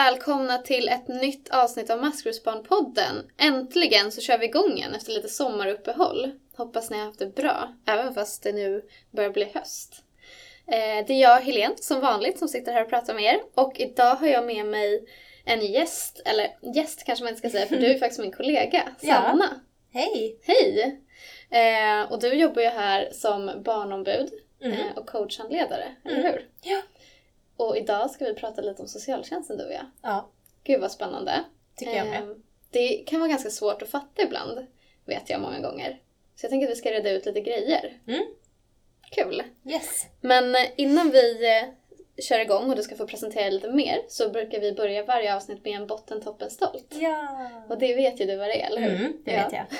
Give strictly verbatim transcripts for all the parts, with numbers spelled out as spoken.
välkomna till ett nytt avsnitt av Maskrosbarnpodden. Äntligen så kör vi igång igen efter lite sommaruppehåll. Hoppas ni har haft det bra, även fast det nu börjar bli höst. Det är jag, Helene, som vanligt, som sitter här och pratar med er. Och idag har jag med mig en gäst, eller gäst kanske man inte ska säga, för du är faktiskt min kollega, Sanna. Ja. Hej! Hej! Eh, och du jobbar ju här som barnombud Mm. eh, och coachhandledare, Mm. eller hur? Ja. Och idag ska vi prata lite om socialtjänsten, du och jag. Ja, Gud vad spännande. tycker jag med. Eh, det kan vara ganska svårt att fatta ibland, vet jag många gånger. Så jag tänker att vi ska reda ut lite grejer. Mm. Kul! Yes. Men eh, innan vi eh, kör igång och du ska få presentera lite mer, så brukar vi börja varje avsnitt med en botten, toppen, stolt. Ja. Och det vet ju du vad det är, eller hur? Mm, det Ja. vet jag.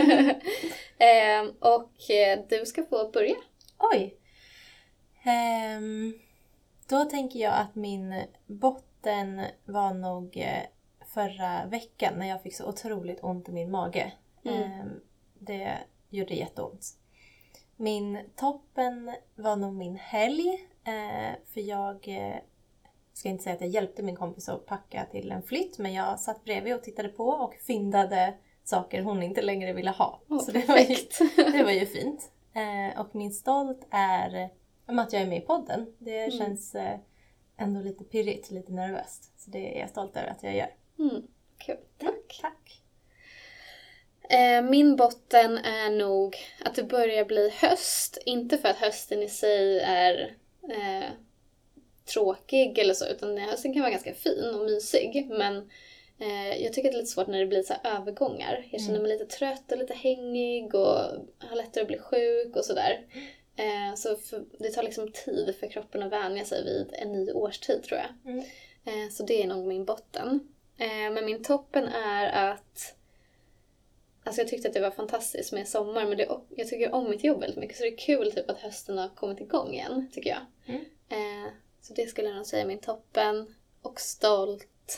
eh, och eh, du ska få börja. Oj. Ehm, då tänker jag att min botten var nog eh, förra veckan när jag fick så otroligt ont i min mage. Mm. Ehm, det gjorde jätteont. Min toppen var nog min helg. Eh, för jag eh, ska inte säga att jag hjälpte min kompis att packa till en flytt. Men jag satt bredvid och tittade på och fyndade saker hon inte längre ville ha. Oh, så det var, ju, det var ju fint. Eh, och min stolt är om att jag är med i podden. Det Mm. känns eh, ändå lite pirrigt, lite nervöst. Så det är jag stolt över att jag gör. Mm, kul. Tack. Tack. Eh, min botten är nog att det börjar bli höst. Inte för att hösten i sig är eh, tråkig eller så, utan hösten kan vara ganska fin och mysig. Men eh, jag tycker att det är lite svårt när det blir så här övergångar. Jag känner mig lite trött och lite hängig och har lättare att bli sjuk och sådär. Eh, så för, det tar liksom tid för kroppen att vänja sig vid en ny årstid, tror jag. Mm. Eh, så det är nog min botten. Eh, men min toppen är att alltså jag tyckte att det var fantastiskt med sommar, men det, jag tycker om mitt jobb väldigt mycket. Så det är kul typ att hösten har kommit igång igen, tycker jag. Mm. Eh, så det skulle jag nog säga är min toppen. Och stolt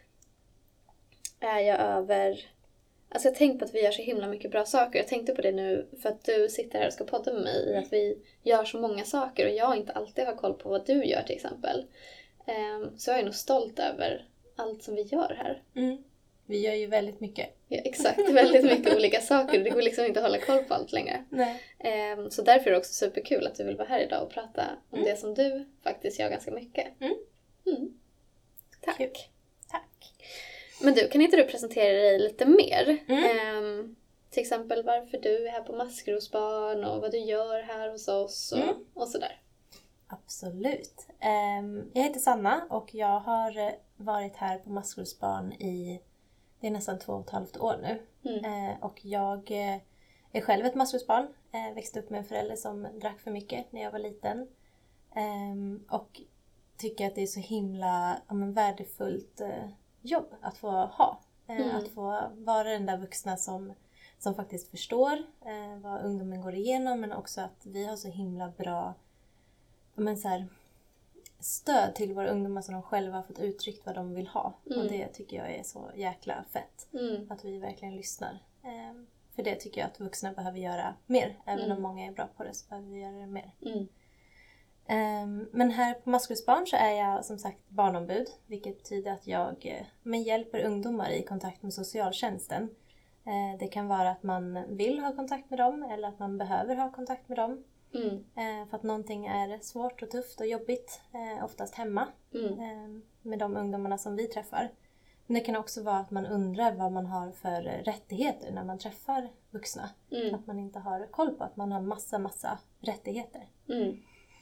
är jag över... Alltså jag tänker på att vi gör så himla mycket bra saker. Jag tänkte på det nu för att du sitter här och ska podda med mig. Att vi gör så många saker och jag inte alltid har koll på vad du gör till exempel. Eh, så jag är nog stolt över allt som vi gör här. Mm. Vi gör ju väldigt mycket. Ja, exakt, väldigt mycket olika saker. Det går liksom inte att hålla koll på allt längre. Nej. Eh, så därför är det också superkul att du vill vara här idag och prata om Mm. det som du faktiskt gör ganska mycket. Mm. Mm. Tack. Kul. Tack. Men du, kan inte du presentera dig lite mer? Mm. Eh, till exempel varför du är här på Maskrosbarn och vad du gör här hos oss och, Mm. och sådär. Absolut. Um, jag heter Sanna och jag har varit här på Maskrosbarn i det är nästan två och ett halvt år nu. Mm. Uh, och jag uh, är själv ett Maskrosbarn. Uh, växte upp med en förälder som drack för mycket när jag var liten. Um, och tycker att det är så himla ja, men värdefullt uh, jobb att få ha. Uh, Mm. Att få vara den där vuxna som, som faktiskt förstår uh, vad ungdomen går igenom. Men också att vi har så himla bra men så här, stöd till våra ungdomar som de själva har fått uttryckt vad de vill ha. Mm. Och det tycker jag är så jäkla fett. Mm. Att vi verkligen lyssnar. Ehm, för det tycker jag att vuxna behöver göra mer. Även Mm. om många är bra på det så behöver vi göra det mer. Mm. Ehm, men här på Maskrosbarn så är jag som sagt barnombud. Vilket betyder att jag eh, men hjälper ungdomar i kontakt med socialtjänsten. Ehm, det kan vara att man vill ha kontakt med dem eller att man behöver ha kontakt med dem. Mm. Eh, för att någonting är svårt och tufft och jobbigt, eh, oftast hemma, Mm. eh, med de ungdomarna som vi träffar. Men det kan också vara att man undrar vad man har för rättigheter när man träffar vuxna. Mm. Att man inte har koll på att man har massa, massa rättigheter. Mm.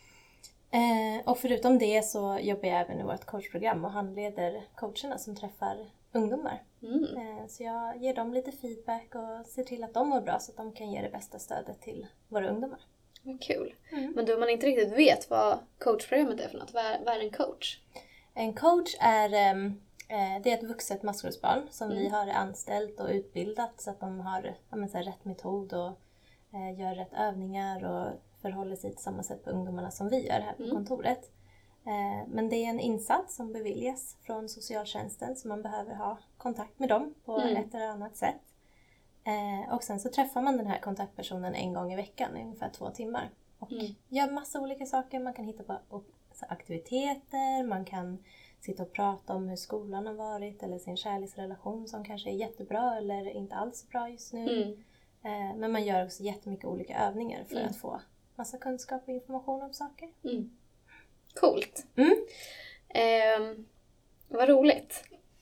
Eh, och förutom det så jobbar jag även i vårt coachprogram och handleder coacherna som träffar ungdomar. Mm. Eh, så jag ger dem lite feedback och ser till att de mår bra så att de kan ge det bästa stödet till våra ungdomar. Vad kul. Mm. Men då om man inte riktigt vet vad coachprogrammet är för något, vad är, vad är en coach? En coach är, eh, det är ett vuxet maskrosbarn som Mm. vi har anställt och utbildat så att de har ja, men, så här, rätt metod och eh, gör rätt övningar och förhåller sig till samma sätt på ungdomarna som vi gör här på Mm. kontoret. Eh, men det är en insats som beviljas från socialtjänsten så man behöver ha kontakt med dem på Mm. ett eller annat sätt. Eh, och sen så träffar man den här kontaktpersonen en gång i veckan i ungefär två timmar. Och Mm. gör massa olika saker. Man kan hitta på aktiviteter, man kan sitta och prata om hur skolan har varit eller sin kärleksrelation som kanske är jättebra eller inte alls bra just nu. Mm. Eh, men man gör också jättemycket olika övningar för Mm. att få massa kunskap och information om saker. Mm. Coolt. Mm. Eh, vad roligt.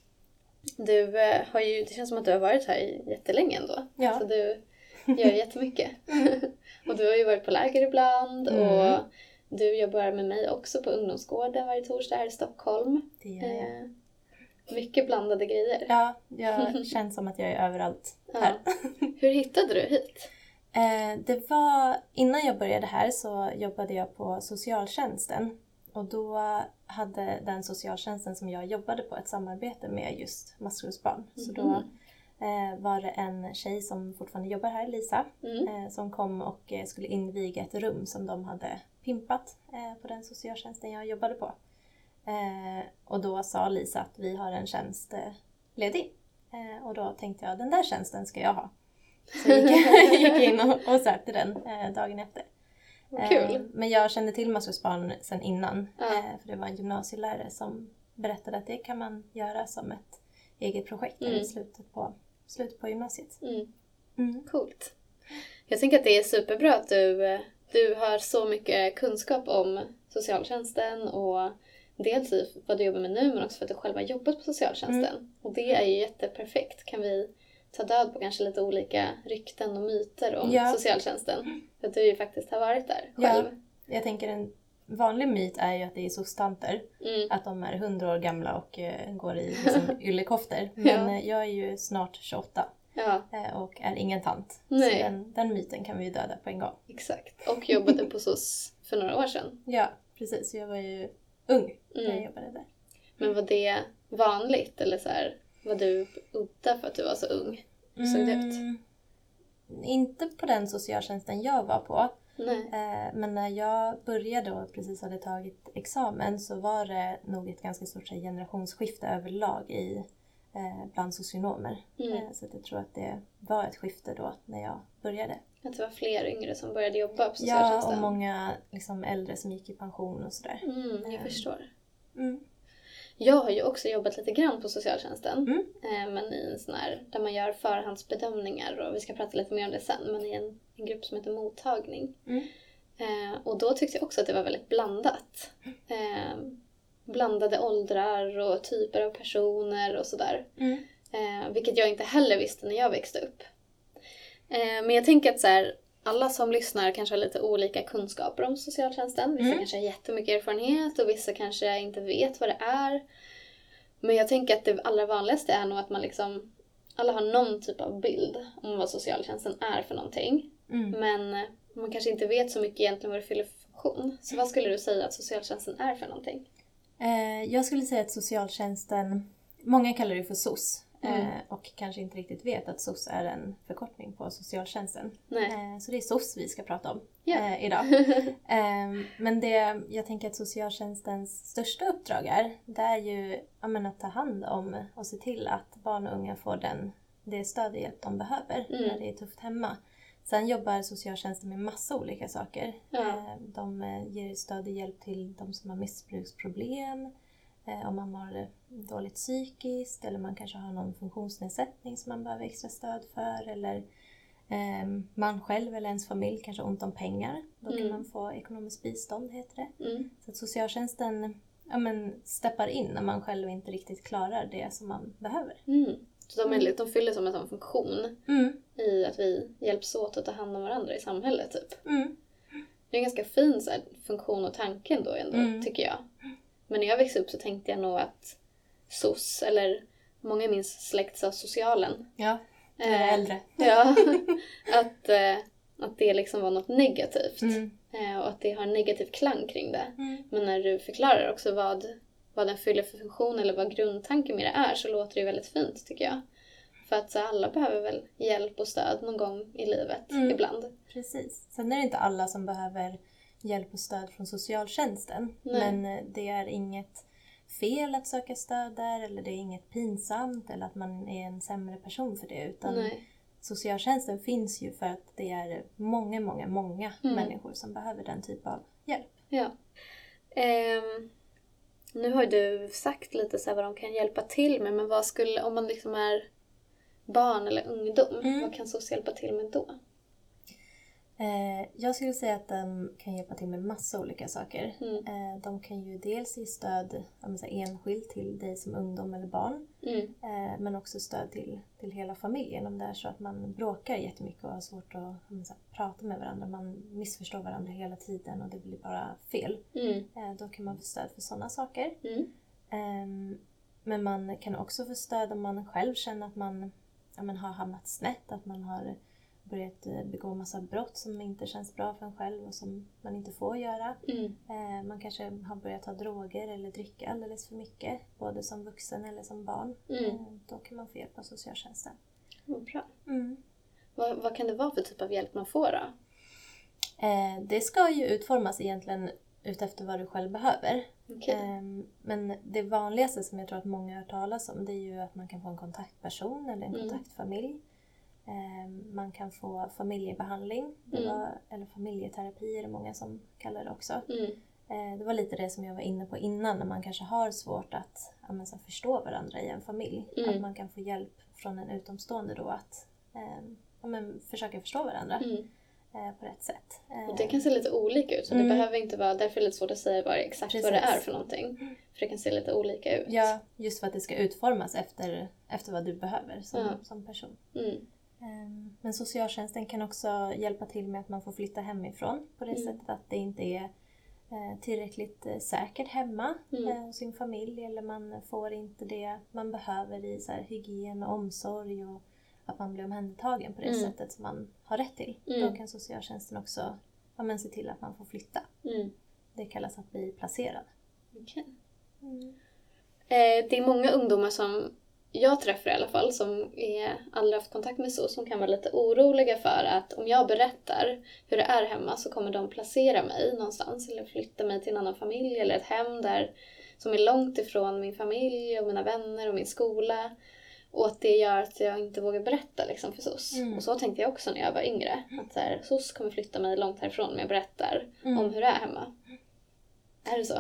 Du eh, har ju, det känns som att du har varit här jättelänge ändå. Ja. Så du gör jättemycket. Och du har ju varit på läger ibland. Mm. Och du jobbar med mig också på ungdomsgården varje torsdag här i Stockholm. Det gör jag. Eh, mycket blandade grejer. Ja, jag känns som att jag är överallt här. Ja. Hur hittade du hit? Eh, det var, innan jag började här så jobbade jag på socialtjänsten. Och då hade den socialtjänsten som jag jobbade på ett samarbete med just maskrosbarn. Så då eh, var det en tjej som fortfarande jobbar här, Lisa, Mm. eh, som kom och eh, skulle inviga ett rum som de hade pimpat eh, på den socialtjänsten jag jobbade på. Eh, och då sa Lisa att vi har en tjänst eh, ledig. Eh, och då tänkte jag, den där tjänsten ska jag ha. Så jag gick, gick in och, och sökte den eh, dagen efter. Vad kul. Eh, men jag kände till maskrosbarn sedan innan. Ja. Eh, för det var en gymnasielärare som berättade att det kan man göra som ett eget projekt Mm. i slutet på, slutet på gymnasiet. Mm. Mm. Coolt. Jag tänker att det är superbra att du, eh, du har så mycket kunskap om socialtjänsten och dels i vad du jobbar med nu men också för att du själv har jobbat på socialtjänsten. Mm. Och det är ju jätteperfekt. Kan vi ta död på kanske lite olika rykten och myter om Ja. socialtjänsten? För att du ju faktiskt har varit där själv. Ja, jag tänker en vanlig myt är ju att det är soc-tanter. Mm. Att de är hundra år gamla och eh, går i liksom, yllekoftor. Men Ja. eh, jag är ju snart tjugoåtta Ja, eh, och är ingen tant. Nej. Så den, den myten kan vi ju döda på en gång. exakt. Och jobbade på S O S för några år sedan. Ja, precis. Jag var ju ung när jag Mm. jobbade där. Men var det vanligt? Eller så här, var du udda för att du var så ung? Hur såg det ut? Mm, inte på den socialtjänsten jag var på. Nej. Eh, men när jag började och precis hade tagit examen så var det nog ett ganska stort så här, generationsskifte överlag i, eh, bland socionomer. Mm. Eh, så att jag tror att det var ett skifte då när jag började. Att det var fler yngre som började jobba på Ja, socialtjänsten. och många liksom, äldre som gick i pension och sådär. Mm, jag Eh. förstår. Mm. Jag har ju också jobbat lite grann på socialtjänsten. Mm. Eh, men i en sån här, där man gör förhandsbedömningar. Och vi ska prata lite mer om det sen. Men i en, en grupp som heter mottagning. Mm. Eh, och då tyckte jag också att det var väldigt blandat. Eh, blandade åldrar och typer av personer och sådär. Mm. Eh, vilket jag inte heller visste när jag växte upp. Eh, men jag tänker att så här, alla som lyssnar kanske har lite olika kunskaper om socialtjänsten. Vissa Mm. kanske har jättemycket erfarenhet och vissa kanske inte vet vad det är. Men jag tänker att det allra vanligaste är nog att man liksom, alla har någon typ av bild om vad socialtjänsten är för någonting. Mm. Men man kanske inte vet så mycket egentligen vad det fyller för funktion. Så vad skulle du säga att socialtjänsten är för någonting? Eh, jag skulle säga att socialtjänsten, många kallar det för S O S. Mm. Eh, och kanske inte riktigt vet att S O S är en förkortning på socialtjänsten. Nej. Eh, så det är S O S vi ska prata om Ja. eh, idag. eh, men det jag tänker att socialtjänstens största uppdrag är, det är ju ja, men att ta hand om och se till att barn och unga får den, det stöd och hjälp de behöver Mm. när det är tufft hemma. Sen jobbar socialtjänsten med massa olika saker. Ja. Eh, de eh, ger stöd och hjälp till de som har missbruksproblem. Eh, om man mår dåligt psykiskt eller man kanske har någon funktionsnedsättning som man behöver extra stöd för. Eller eh, man själv eller ens familj kanske har ont om pengar. Då kan Mm. man få ekonomiskt bistånd, heter det. Mm. Så att socialtjänsten ja, men, steppar in när man själv inte riktigt klarar det som man behöver. Mm. Så de, är, lite- de fyller som en sån funktion Mm. i att vi hjälps åt att ta hand om varandra i samhället typ. Mm. Det är en ganska fin så här, funktion och tanke ändå, ändå Mm. tycker jag. Men när jag växte upp så tänkte jag nog att S O S, eller många i min släkt sa socialen. Ja, du är Eh, äldre. Ja, att, eh, att det liksom var något negativt. Mm. Eh, och att det har en negativ klang kring det. Mm. Men när du förklarar också vad, vad den fyller för funktion eller vad grundtanken med det är så låter det väldigt fint tycker jag. För att så alla behöver väl hjälp och stöd någon gång i livet Mm. ibland. Precis. Sen är det inte alla som behöver hjälp och stöd från socialtjänsten. Nej. Men eh, det är inget fel att söka stöd där eller det är inget pinsamt eller att man är en sämre person för det. Utan Nej. socialtjänsten finns ju för att det är många, många, många Mm. människor som behöver den typ av hjälp. Ja. Ehm, Nu har du sagt lite så här vad de kan hjälpa till med, men vad skulle, om man liksom är barn eller ungdom, mm. vad kan SOS hjälpa till med då? Eh, jag skulle säga att de kan hjälpa till med massa olika saker. Mm. Eh, de kan ju dels ge stöd säga, enskilt till dig som ungdom eller barn. Mm. Eh, men också stöd till, till hela familjen. Om det är så att man bråkar jättemycket och har svårt att säga, prata med varandra. Man missförstår varandra hela tiden och det blir bara fel. Mm. Eh, då kan man få stöd för sådana saker. Mm. Eh, men man kan också få stöd om man själv känner att man, ja, man har hamnat snett. Att man har börjat begå massa brott som inte känns bra för en själv och som man inte får göra. Mm. Eh, man kanske har börjat ta droger eller dricka alldeles för mycket, både som vuxen eller som barn. Mm. Eh, då kan man få hjälp av socialtjänsten. Vad bra. Mm. Vad, vad kan det vara för typ av hjälp man får då? Eh, det ska ju utformas egentligen utefter vad du själv behöver. Okay. Eh, men det vanligaste som jag tror att många har hört talas om, det är ju att man kan få en kontaktperson eller en Mm. kontaktfamilj. Man kan få familjebehandling, det Mm. var, eller familjeterapi är det många som kallar det också. Mm. Det var lite det som jag var inne på innan, när man kanske har svårt att ja, men, så förstå varandra i en familj. Mm. Att man kan få hjälp från en utomstående då att ja, men, försöka förstå varandra Mm. på rätt sätt. Och det kan se lite olika ut, så Mm. det behöver inte vara, därför är det lite svårt att säga vad exakt Precis. vad det är för någonting. För det kan se lite olika ut. Ja, just för att det ska utformas efter, efter vad du behöver som, Ja. som person. Mm. Men socialtjänsten kan också hjälpa till med att man får flytta hemifrån på det Mm. sättet att det inte är tillräckligt säkert hemma Mm. hos sin familj, eller man får inte det man behöver i så här hygien och omsorg och att man blir omhändertagen på det Mm. sättet som man har rätt till. Mm. Då kan socialtjänsten också ja, men se till att man får flytta. Mm. Det kallas att bli placerad. Okay. Mm. Eh, det är många ungdomar som jag träffar i alla fall som är, aldrig haft kontakt med SOS, som kan vara lite oroliga för att om jag berättar hur det är hemma så kommer de placera mig någonstans eller flytta mig till en annan familj eller ett hem där som är långt ifrån min familj och mina vänner och min skola, och att det gör att jag inte vågar berätta liksom, för SOS. Mm. Och så tänkte jag också när jag var yngre, att så här, SOS kommer flytta mig långt härifrån om jag berättar Mm. om hur det är hemma. Är det så?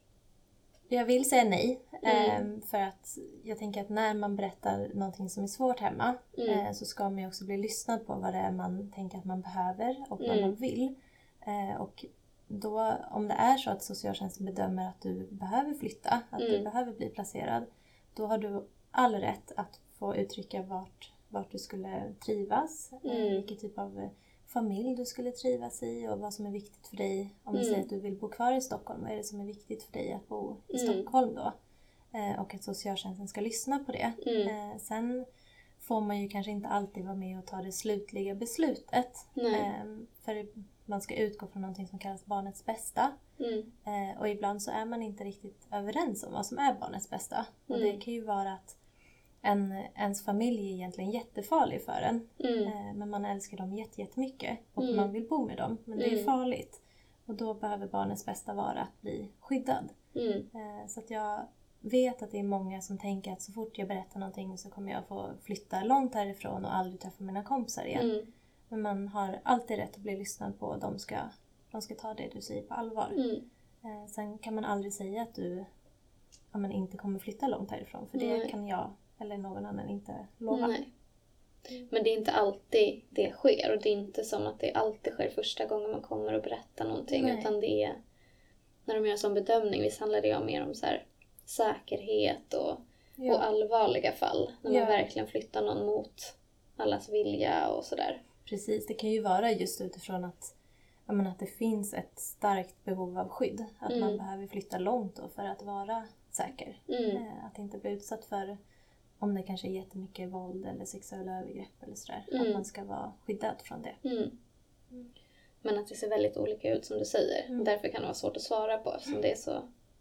Jag vill säga nej. Mm. Eh, för att jag tänker att när man berättar någonting som är svårt hemma Mm. eh, så ska man ju också bli lyssnad på vad det är man tänker att man behöver och vad Mm. man vill. Eh, och då, om det är så att socialtjänsten bedömer att du behöver flytta, att du Mm. behöver bli placerad, då har du all rätt att få uttrycka vart, vart du skulle trivas, eh, Mm. vilken typ av familj du skulle trivas i och vad som är viktigt för dig. Om du Mm. säger att du vill bo kvar i Stockholm, vad är det som är viktigt för dig att bo i Mm. Stockholm då? Eh, och att socialtjänsten ska lyssna på det. Mm. Eh, sen får man ju kanske inte alltid vara med och ta det slutliga beslutet. Nej. Eh, för man ska utgå från någonting som kallas barnets bästa. Mm. Eh, och ibland så är man inte riktigt överens om vad som är barnets bästa. Och Mm. det kan ju vara att en, ens familj är egentligen jättefarlig för en. Mm. Eh, men man älskar dem jätte, jättemycket. Och Mm. man vill bo med dem. Men det är Mm. farligt. Och då behöver barnets bästa vara att bli skyddad. Mm. Eh, så att jag vet att det är många som tänker att så fort jag berättar någonting så kommer jag få flytta långt härifrån och aldrig träffa mina kompisar igen. Mm. Men man har alltid rätt att bli lyssnad på och de ska, de ska ta det du säger på allvar. Mm. Eh, sen kan man aldrig säga att du ja, men inte kommer flytta långt härifrån. För det Nej. kan jag eller någon annan inte lova. Nej. Men det är inte alltid det sker, och det är inte som att det alltid sker första gången man kommer och berättar någonting. Nej. Utan det är när de gör en sån bedömning, visst handlar det om mer om så här säkerhet och, Ja. och allvarliga fall. När man Ja. verkligen flyttar någon mot allas vilja och sådär. Precis, det kan ju vara just utifrån att, jag menar, att det finns ett starkt behov av skydd. Att Mm. man behöver flytta långt då för att vara säker. Mm. Eh, Att inte bli utsatt för, om det kanske är jättemycket våld eller sexuella övergrepp eller sådär. Mm. Att man ska vara skyddad från det. Mm. Mm. Men att det ser väldigt olika ut som du säger. Mm. Därför kan det vara svårt att svara på, eftersom det är så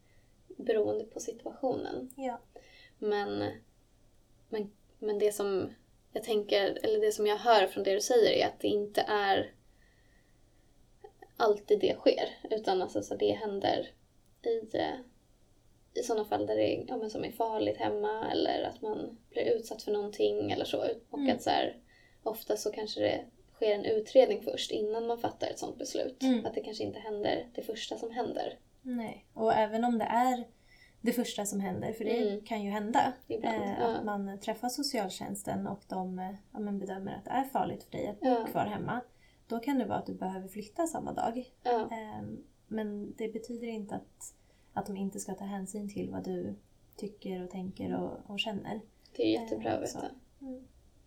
beroende på situationen. Ja. Men, men, men det som jag tänker, eller det som jag hör från det du säger, är att det inte är alltid det sker. Utan alltså, så det händer i, i sådana fall där det är, ja, men som är farligt hemma, eller att man blir utsatt för någonting eller så. Och Mm. att så här, ofta så kanske det sker en utredning först innan man fattar ett sådant beslut. Mm. Att det kanske inte händer det första som händer. Nej, och även om det är det första som händer. För det Mm. kan ju hända. Ibland, Eh, ja. Att man träffar socialtjänsten och de eh, ja, men bedömer att det är farligt för dig att bo Ja. kvar hemma. Då kan det vara att du behöver flytta samma dag. Ja. Eh, men det betyder inte att, att de inte ska ta hänsyn till vad du tycker och tänker och, och känner. Det är jättebra Eh, att så. veta. Mm.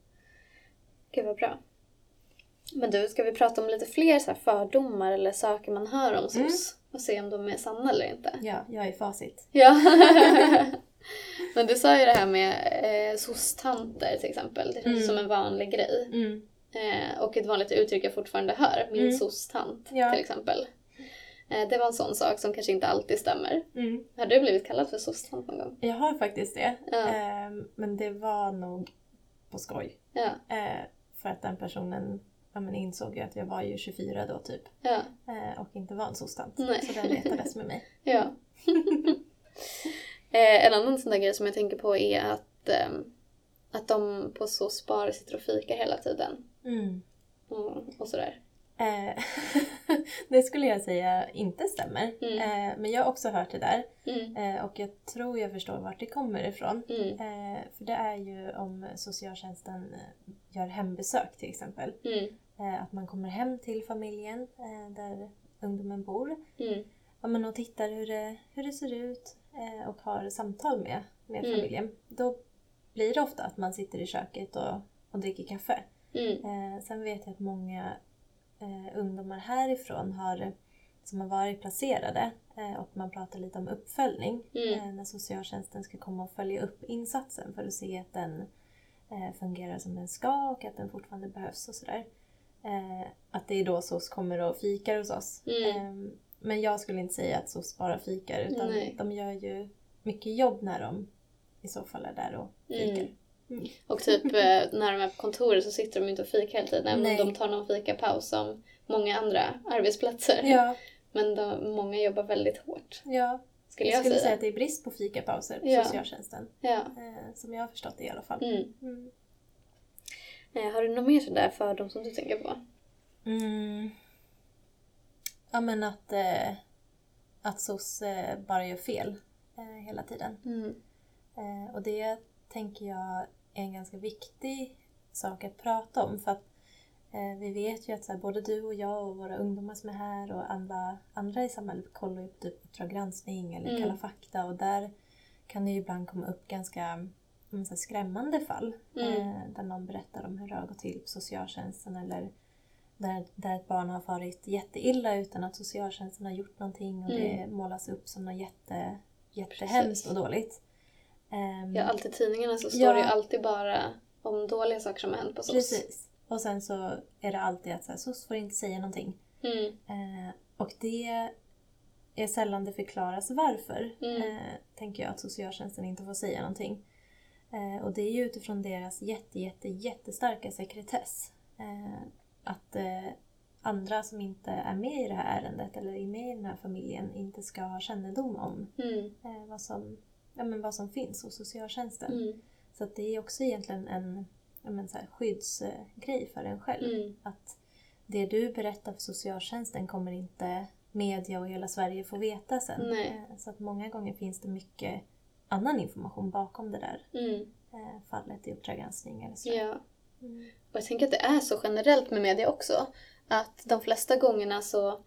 Gud vad bra. Men du, ska vi prata om lite fler så här fördomar eller saker man hör om S O S? Och se om de är sanna eller inte. Ja, jag är facit. Ja. Men du sa ju det här med eh, S O S-tanter till exempel. Det känns Mm. som en vanlig grej. Mm. Eh, och ett vanligt uttryck jag fortfarande hör. Min Mm. S O S-tant Ja. till exempel. Eh, det var en sån sak som kanske inte alltid stämmer. Mm. Har du blivit kallad för S O S-tant någon gång? Jag har faktiskt det. Ja. Eh, men det var nog på skoj. Ja. Eh, för att den personen ja, men insåg ju att jag var ju tjugofyra då typ. Ja. Eh, och inte var en sostant. Nej. Så den retades med mig. Ja. eh, en annan sån där grej som jag tänker på är att, eh, att de på S O S bara sitter och fikar hela tiden. Mm. Och, och sådär. Eh, det skulle jag säga inte stämmer. Mm. Eh, men jag har också hört det där. Mm. Eh, och jag tror jag förstår vart det kommer ifrån. Mm. Eh, för det är ju om socialtjänsten eh, gör hembesök till exempel. Mm. Eh, att man kommer hem till familjen eh, där ungdomen bor. Mm. Ja, men och tittar hur det, hur det ser ut eh, och har samtal med, med Mm. familjen. Då blir det ofta att man sitter i köket och, och dricker kaffe. Mm. Eh, sen vet jag att många eh, ungdomar härifrån har, som har varit placerade eh, och man pratar lite om uppföljning. Mm. Eh, när socialtjänsten ska komma och följa upp insatsen för att se att den eh, fungerar som den ska och att den fortfarande behövs och sådär. Eh, att det är då S O S kommer och fikar hos oss. Mm. Eh, men jag skulle inte säga att S O S bara fikar utan Nej. de gör ju mycket jobb när de i så fall är där och fikar. Mm. Mm. Och typ eh, när de är på kontoret så sitter de inte och fikar hela tiden. Även Nej. om de tar någon fikapaus som många andra arbetsplatser. Ja, Men de, många jobbar väldigt hårt. ja. Skulle Jag jag, skulle säga. säga att det är brist på fikapauser på Ja. socialtjänsten. Ja. Eh, som jag har förstått det i alla fall. Mm. Mm. Eh, har du något mer sådär fördom som du tänker på? Mm. Ja men att, eh, att S O S eh, bara gör fel eh, hela tiden. Mm. Eh, och det tänker jag är en ganska viktig sak att prata om. För att eh, vi vet ju att så här, både du och jag och våra ungdomar som är här och andra, andra i samhället kollar ju på typ Uppdrag granskning eller Mm. Kalla fakta. Och där kan det ju ibland komma upp ganska så här, skrämmande fall. Mm. Eh, där någon berättar om hur det har gått till på socialtjänsten. Eller där, där ett barn har farit jätteilla utan att socialtjänsten har gjort någonting. Och Mm. det målas upp som något jätte, jättehemskt Precis. och dåligt. Ehm, Ja, alltid i tidningarna så står Ja. det ju alltid bara om dåliga saker som har hänt på S O S. Precis. Och sen så är det alltid att så här, S O S får inte säga någonting. Mm. Eh, och det är sällan det förklaras varför. Mm. Eh, tänker jag att socialtjänsten inte får säga någonting. Eh, och det är ju utifrån deras jätte, jätte, jättestarka sekretess. Eh, att eh, andra som inte är med i det här ärendet eller är med i den här familjen inte ska ha kännedom om Mm. eh, vad, som, ja, men vad som finns hos socialtjänsten. Mm. Så att det är också egentligen en ja, men så här, skyddsgrej för en själv. Mm. Att det du berättar för socialtjänsten kommer inte media och hela Sverige få veta sen. Nej. Eh, Så att många gånger finns det mycket annan information bakom det där Mm. eh, fallet i Uppdrag granskning eller så. Ja. Mm. Och jag tänker att det är så generellt med media också. Att de flesta gångerna så...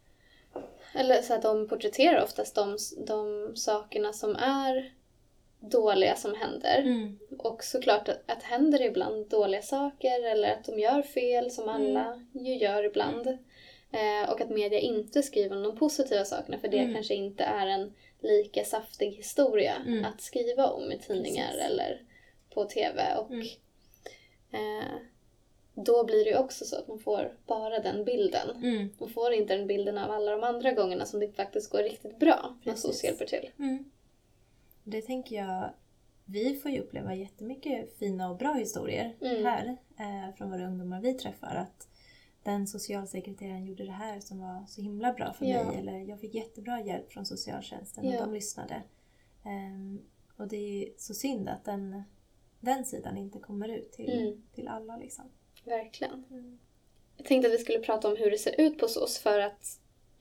Eller så att de porträtterar oftast de, de sakerna som är dåliga som händer. Mm. Och såklart att, att händer det ibland dåliga saker eller att de gör fel som alla ju gör ibland. Eh, och att media inte skriver om de positiva sakerna för det Mm. kanske inte är en lika saftig historia Mm. att skriva om i tidningar Precis. eller på tv. Och Mm. eh, då blir det ju också så att man får bara den bilden. Mm. Man får inte den bilden av alla de andra gångerna som det faktiskt går riktigt bra när Precis. S O S hjälper till. Mm. Det tänker jag, vi får ju uppleva jättemycket fina och bra historier Mm. här eh, från våra ungdomar vi träffar. Att den socialsekreteraren gjorde det här som var så himla bra för Ja. mig. Eller jag fick jättebra hjälp från socialtjänsten Ja. och de lyssnade. Ehm, och det är så synd att den, den sidan inte kommer ut till, Mm. till alla. Liksom. Verkligen. Mm. Jag tänkte att vi skulle prata om hur det ser ut på S O S för att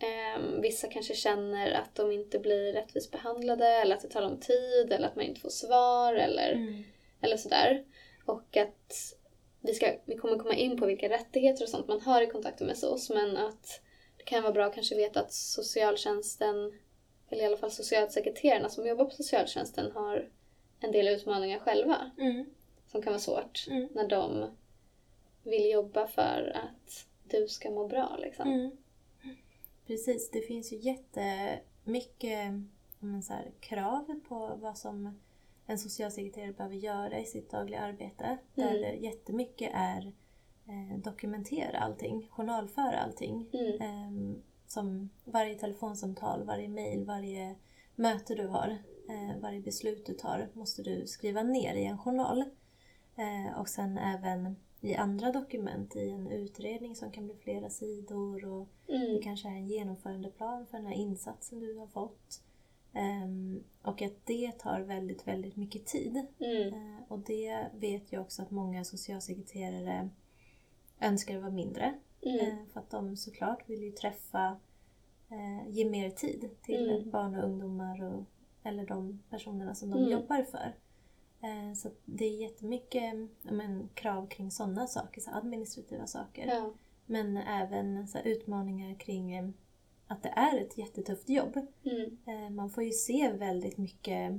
Eh, vissa kanske känner att de inte blir rättvist behandlade eller att det tar lång tid eller att man inte får svar eller, Mm. eller sådär. Och att vi, ska, vi kommer komma in på vilka rättigheter och sånt man har i kontakten med S O S, men att det kan vara bra att kanske veta att socialtjänsten, eller i alla fall socialsekreterarna som jobbar på socialtjänsten, har en del utmaningar själva. Mm. Som kan vara svårt Mm. när de vill jobba för att du ska må bra. Liksom. Mm. Precis, det finns ju jättemycket men så här, krav på vad som en socialsekreterare behöver göra i sitt dagliga arbete. Mm. Där jättemycket är eh, dokumentera allting, journalföra allting. Mm. Eh, som varje telefonsamtal, varje mejl, varje möte du har, eh, varje beslut du tar måste du skriva ner i en journal. Eh, och sen även i andra dokument, i en utredning som kan bli flera sidor, och Mm. det kanske är en genomförandeplan för den här insatsen du har fått. Um, och att det tar väldigt, väldigt mycket tid. Mm. Uh, och det vet jag också att många socialsekreterare önskar vara mindre. Mm. Uh, för att de såklart vill ju träffa, uh, ge mer tid till Mm. barn och ungdomar och, eller de personerna som de Mm. jobbar för. Uh, så det är jättemycket men, krav kring sådana saker, så administrativa saker. Ja. Men även så här, utmaningar kring eh, att det är ett jättetufft jobb. Mm. Eh, man får ju se väldigt mycket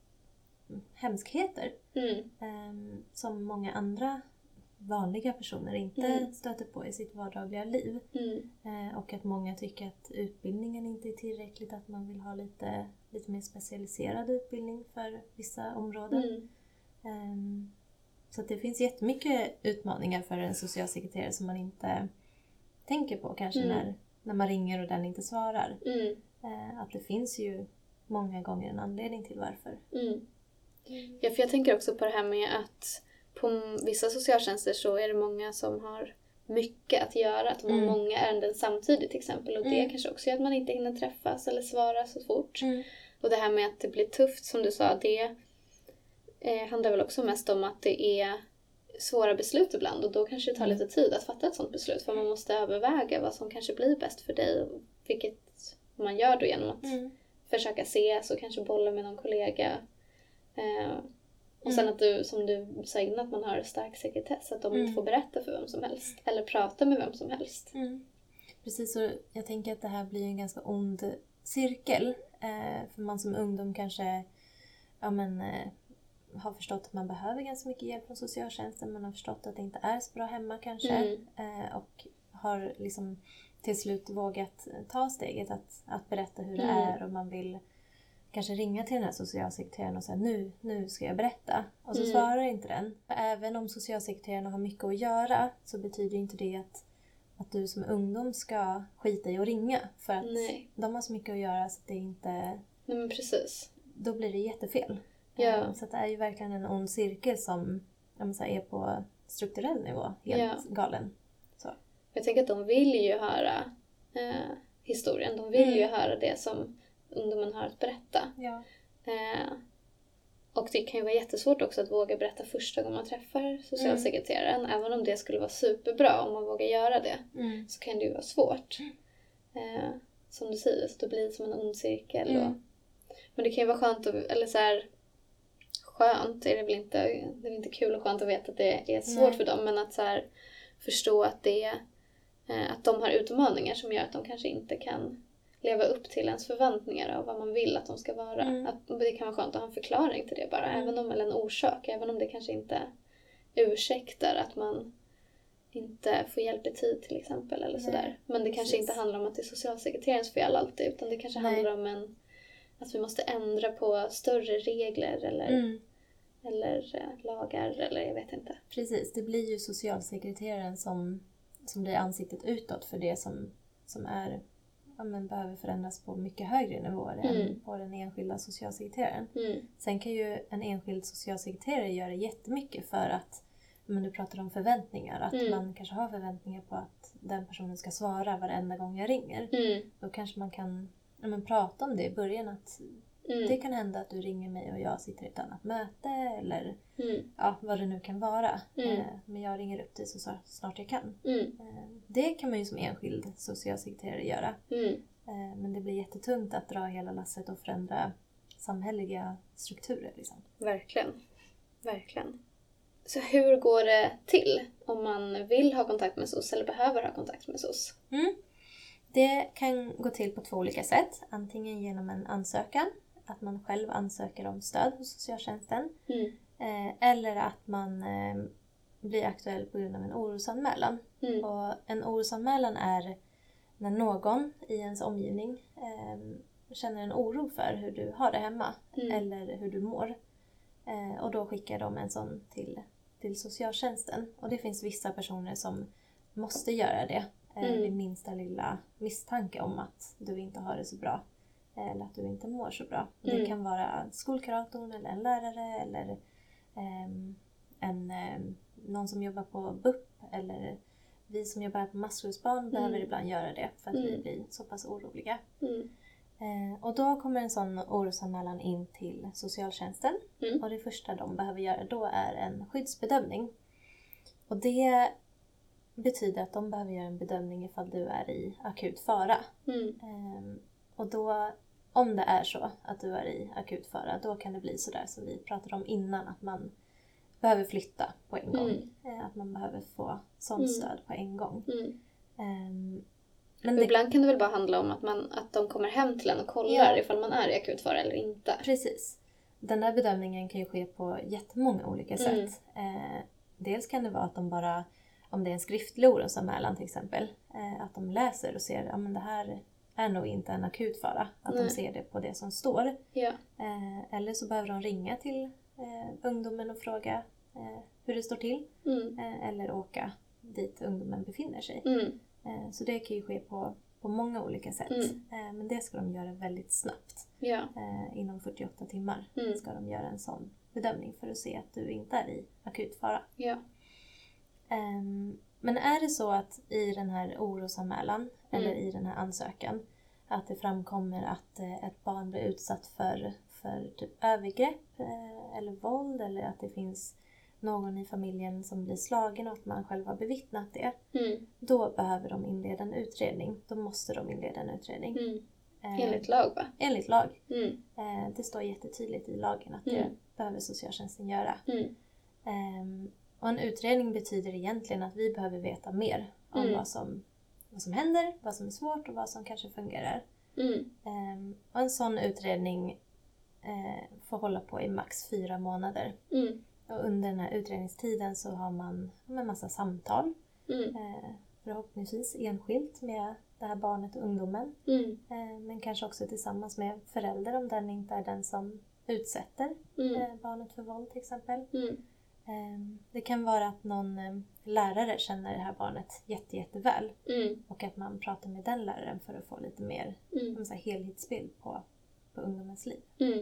hemskheter. Mm. Eh, som många andra vanliga personer inte Mm. stöter på i sitt vardagliga liv. Mm. Eh, och att många tycker att utbildningen inte är tillräckligt. Att man vill ha lite, lite mer specialiserad utbildning för vissa områden. Mm. Eh, så att det finns jättemycket utmaningar för en socialsekreterare som man inte tänker på kanske Mm. när, när man ringer och den inte svarar. Mm. Eh, att det finns ju många gånger en anledning till varför. Mm. Ja, för jag tänker också på det här med att på vissa socialtjänster så är det många som har mycket att göra. Att de har Mm. många ärenden samtidigt till exempel. Och det Mm. kanske också gör att man inte hinner träffas eller svara så fort. Mm. Och det här med att det blir tufft, som du sa, det eh, handlar väl också mest om att det är svåra beslut ibland. Och då kanske det tar Mm. lite tid att fatta ett sånt beslut. För man måste överväga vad som kanske blir bäst för dig. Vilket man gör då genom att Mm. försöka ses och kanske bolla med någon kollega. Eh, och sen Mm. att du, som du sa innan, att man har stark sekretess. Att de Mm. inte får berätta för vem som helst. Eller prata med vem som helst. Mm. Precis, och jag tänker att det här blir en ganska ond cirkel. Eh, för man som ungdom kanske ja, men, eh, har förstått att man behöver ganska mycket hjälp från socialtjänsten. Man har förstått att det inte är så bra hemma kanske. Mm. Eh, och har liksom till slut vågat ta steget att, att berätta hur det Mm. är. Och man vill kanske ringa till den här socialsekreteraren och säga nu, nu ska jag berätta. Och så Mm. svarar inte den. Även om socialsekreterarna har mycket att göra så betyder inte det att, att du som ungdom ska skita i att ringa. För att Nej. de har så mycket att göra så att det inte... Nej, men precis. Då blir det jättefel. Ja. Um, Så att det är ju verkligen en ond cirkel som jag måste säga, är på strukturell nivå helt Ja. galen. Så. Jag tänker att de vill ju höra eh, historien. De vill Mm. ju höra det som ungdomen har att berätta. Ja. Eh, och det kan ju vara jättesvårt också att våga berätta första gången man träffar socialsekreteraren. Även om det skulle vara superbra om man vågar göra det. Mm. Så kan det ju vara svårt. Eh, som du säger, så det blir som en ond cirkel. Mm. Och, men det kan ju vara skönt, att, eller så här, skönt är det väl inte, det är väl inte kul och skönt att veta att det är svårt Nej. för dem. Men att så här, förstå att, det, eh, att de har utmaningar som gör att de kanske inte kan leva upp till ens förväntningar av vad man vill att de ska vara. Mm. Att det kan vara skönt att ha en förklaring till det bara. Mm. Även om, eller en orsak. Även om det kanske inte ursäktar att man inte får hjälp i tid till exempel. Eller Nej, sådär. Men det kanske precis. inte handlar om att det är socialsekreterarens fel alltid. Utan det kanske Nej. handlar om en, att vi måste ändra på större regler. Eller, Mm. eller eh, lagar. Eller jag vet inte. Precis, det blir ju socialsekreteraren som, som blir ansiktet utåt för det som, som är, ja, men behöver förändras på mycket högre nivåer Mm. än på den enskilda socialsekreteraren. Mm. Sen kan ju en enskild socialsekreterare göra jättemycket för att, men du pratar om förväntningar, att Mm. man kanske har förväntningar på att den personen ska svara varenda gång jag ringer. Mm. Då kanske man kan ja, men prata om det i början, att Mm. det kan hända att du ringer mig och jag sitter i ett annat möte eller Mm. ja, vad det nu kan vara. Mm. Eh, men jag ringer upp dig så snart jag kan. Mm. Eh, det kan man ju som enskild socialsekreterare göra. Mm. Eh, men det blir jättetungt att dra hela lasset och förändra samhälleliga strukturer. Liksom. Verkligen. Verkligen. Så hur går det till om man vill ha kontakt med S O S eller behöver ha kontakt med S O S? Mm. Det kan gå till på två olika sätt. Antingen genom en ansökan, att man själv ansöker om stöd hos socialtjänsten. Mm. Eh, eller att man eh, blir aktuell på grund av en orosanmälan. Mm. Och en orosanmälan är när någon i ens omgivning eh, känner en oro för hur du har det hemma Mm. eller hur du mår. Eh, och då skickar de en sån till, till socialtjänsten. Och det finns vissa personer som måste göra det eh, Mm. vid minsta lilla misstanke om att du inte har det så bra. eh, Eller att du inte mår så bra. Mm. Det kan vara skolkuratorn eller en lärare eller ehm, en, ehm, någon som jobbar på B U P. Eller vi som jobbar på maskrosbarn mm. behöver ibland göra det för att Mm. vi blir så pass oroliga. Mm. Eh, och då kommer en sån orosanmälan in till socialtjänsten. Mm. Och det första de behöver göra då är en skyddsbedömning. Och det betyder att de behöver göra en bedömning ifall du är i akut fara. Mm. Eh, och då, om det är så att du är i akut fara, då kan det bli sådär som vi pratade om innan. Att man behöver flytta på en gång. Mm. Eh, att man behöver få sånt Mm. stöd på en gång. Mm. Eh, Men det, ibland kan det väl bara handla om att, man, att de kommer hem till en och kollar Ja. ifall man är i akut fara eller inte. Precis. Den här bedömningen kan ju ske på jättemånga olika Mm. sätt. Eh, dels kan det vara att de bara, om det är en skriftlig orosanmälan till exempel, eh, att de läser och ser att ja, det här är nog inte en akut fara. Att Nej. de ser det på det som står. Ja. Eh, eller så behöver de ringa till eh, ungdomen och fråga eh, hur det står till. Mm. Eh, eller åka dit ungdomen befinner sig. Mm. Eh, så det kan ju ske på, på många olika sätt. Mm. Eh, men det ska de göra väldigt snabbt. Ja. Eh, inom fyrtioåtta timmar Mm. ska de göra en sån bedömning för att se att du inte är i akut fara. Ja. Um, men är det så att i den här orosanmälan Mm. eller i den här ansökan att det framkommer att eh, ett barn blir utsatt för, för typ övergrepp eh, eller våld eller att det finns någon i familjen som blir slagen och att man själv har bevittnat det, Mm. då behöver de inleda en utredning. Då måste de inleda en utredning. Mm. Eh, Enligt lag, va? enligt lag. Mm. Eh, det står jättetydligt i lagen att det Mm. behöver socialtjänsten göra. Mm. Ehm, och en utredning betyder egentligen att vi behöver veta mer om Mm. vad, som, vad som händer, vad som är svårt och vad som kanske fungerar. Mm. Ehm, och en sån utredning eh, får hålla på i max fyra månader. Mm. Och under den här utredningstiden så har man en massa samtal. Mm. Eh, förhoppningsvis enskilt med det här barnet och ungdomen. Mm. Eh, men kanske också tillsammans med förälder om den inte är den som utsätter Mm. eh, barnet för våld till exempel. Mm. Eh, det kan vara att någon eh, lärare känner det här barnet jätte, jätteväl. Mm. Och att man pratar med den läraren för att få lite mer Mm. så här, helhetsbild på, på ungdomens liv. Mm.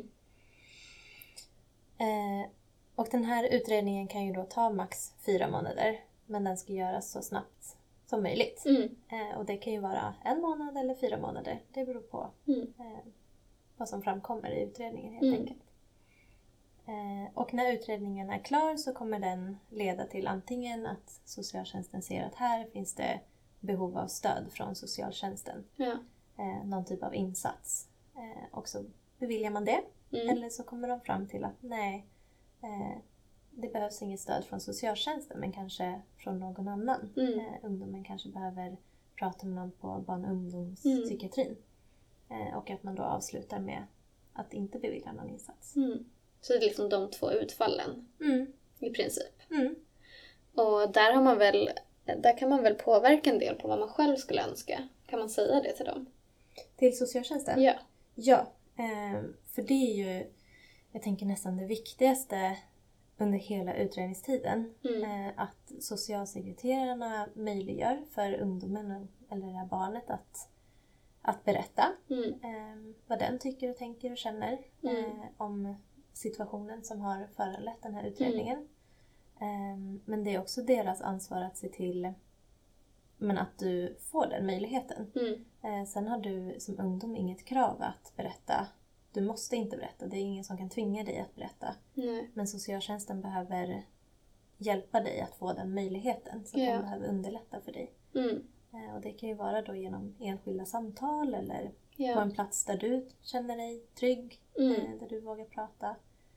Eh, och den här utredningen kan ju då ta max fyra månader. Men den ska göras så snabbt som möjligt. Mm. Eh, och det kan ju vara en månad eller fyra månader. Det beror på Mm. eh, vad som framkommer i utredningen helt Mm. enkelt. Eh, och när utredningen är klar så kommer den leda till antingen att socialtjänsten ser att här finns det behov av stöd från socialtjänsten. Ja. Eh, någon typ av insats. Eh, och så beviljar man det. Mm. Eller så kommer de fram till att nej, eh, det behövs inget stöd från socialtjänsten men kanske från någon annan. Mm. Eh, ungdomen kanske behöver prata med någon på barn- och ungdomspsykiatrin. Eh, och att man då avslutar med att inte bevilja någon insats. Mm. Så det är liksom de två utfallen Mm. i princip. Mm. Och där har man väl, där kan man väl påverka en del på vad man själv skulle önska. Kan man säga det till dem? Till socialtjänsten? Ja. Ja, eh, för det är ju, jag tänker nästan det viktigaste under hela utredningstiden. Mm. Eh, att socialsekreterarna möjliggör för ungdomen eller det här barnet att, att berätta Mm. eh, vad den tycker och tänker och känner Mm. eh, om situationen som har föranlett den här utredningen. Eh, men det är också deras ansvar att se till men att du får den möjligheten. Mm. Eh, sen har du som ungdom inget krav att berätta. Du måste inte berätta. Det är ingen som kan tvinga dig att berätta. Nej. Men socialtjänsten behöver hjälpa dig att få den möjligheten. Så att Ja. de behöver underlätta för dig. Mm. Eh, och det kan ju vara då genom enskilda samtal eller Ja. på en plats där du känner dig trygg, Mm. eh, där du vågar prata.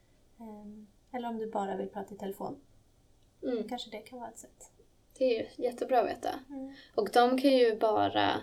Eh, eller om du bara vill prata i telefon. Mm. Kanske det kan vara ett sätt. Det är ju jättebra att veta. Mm. Och de kan ju bara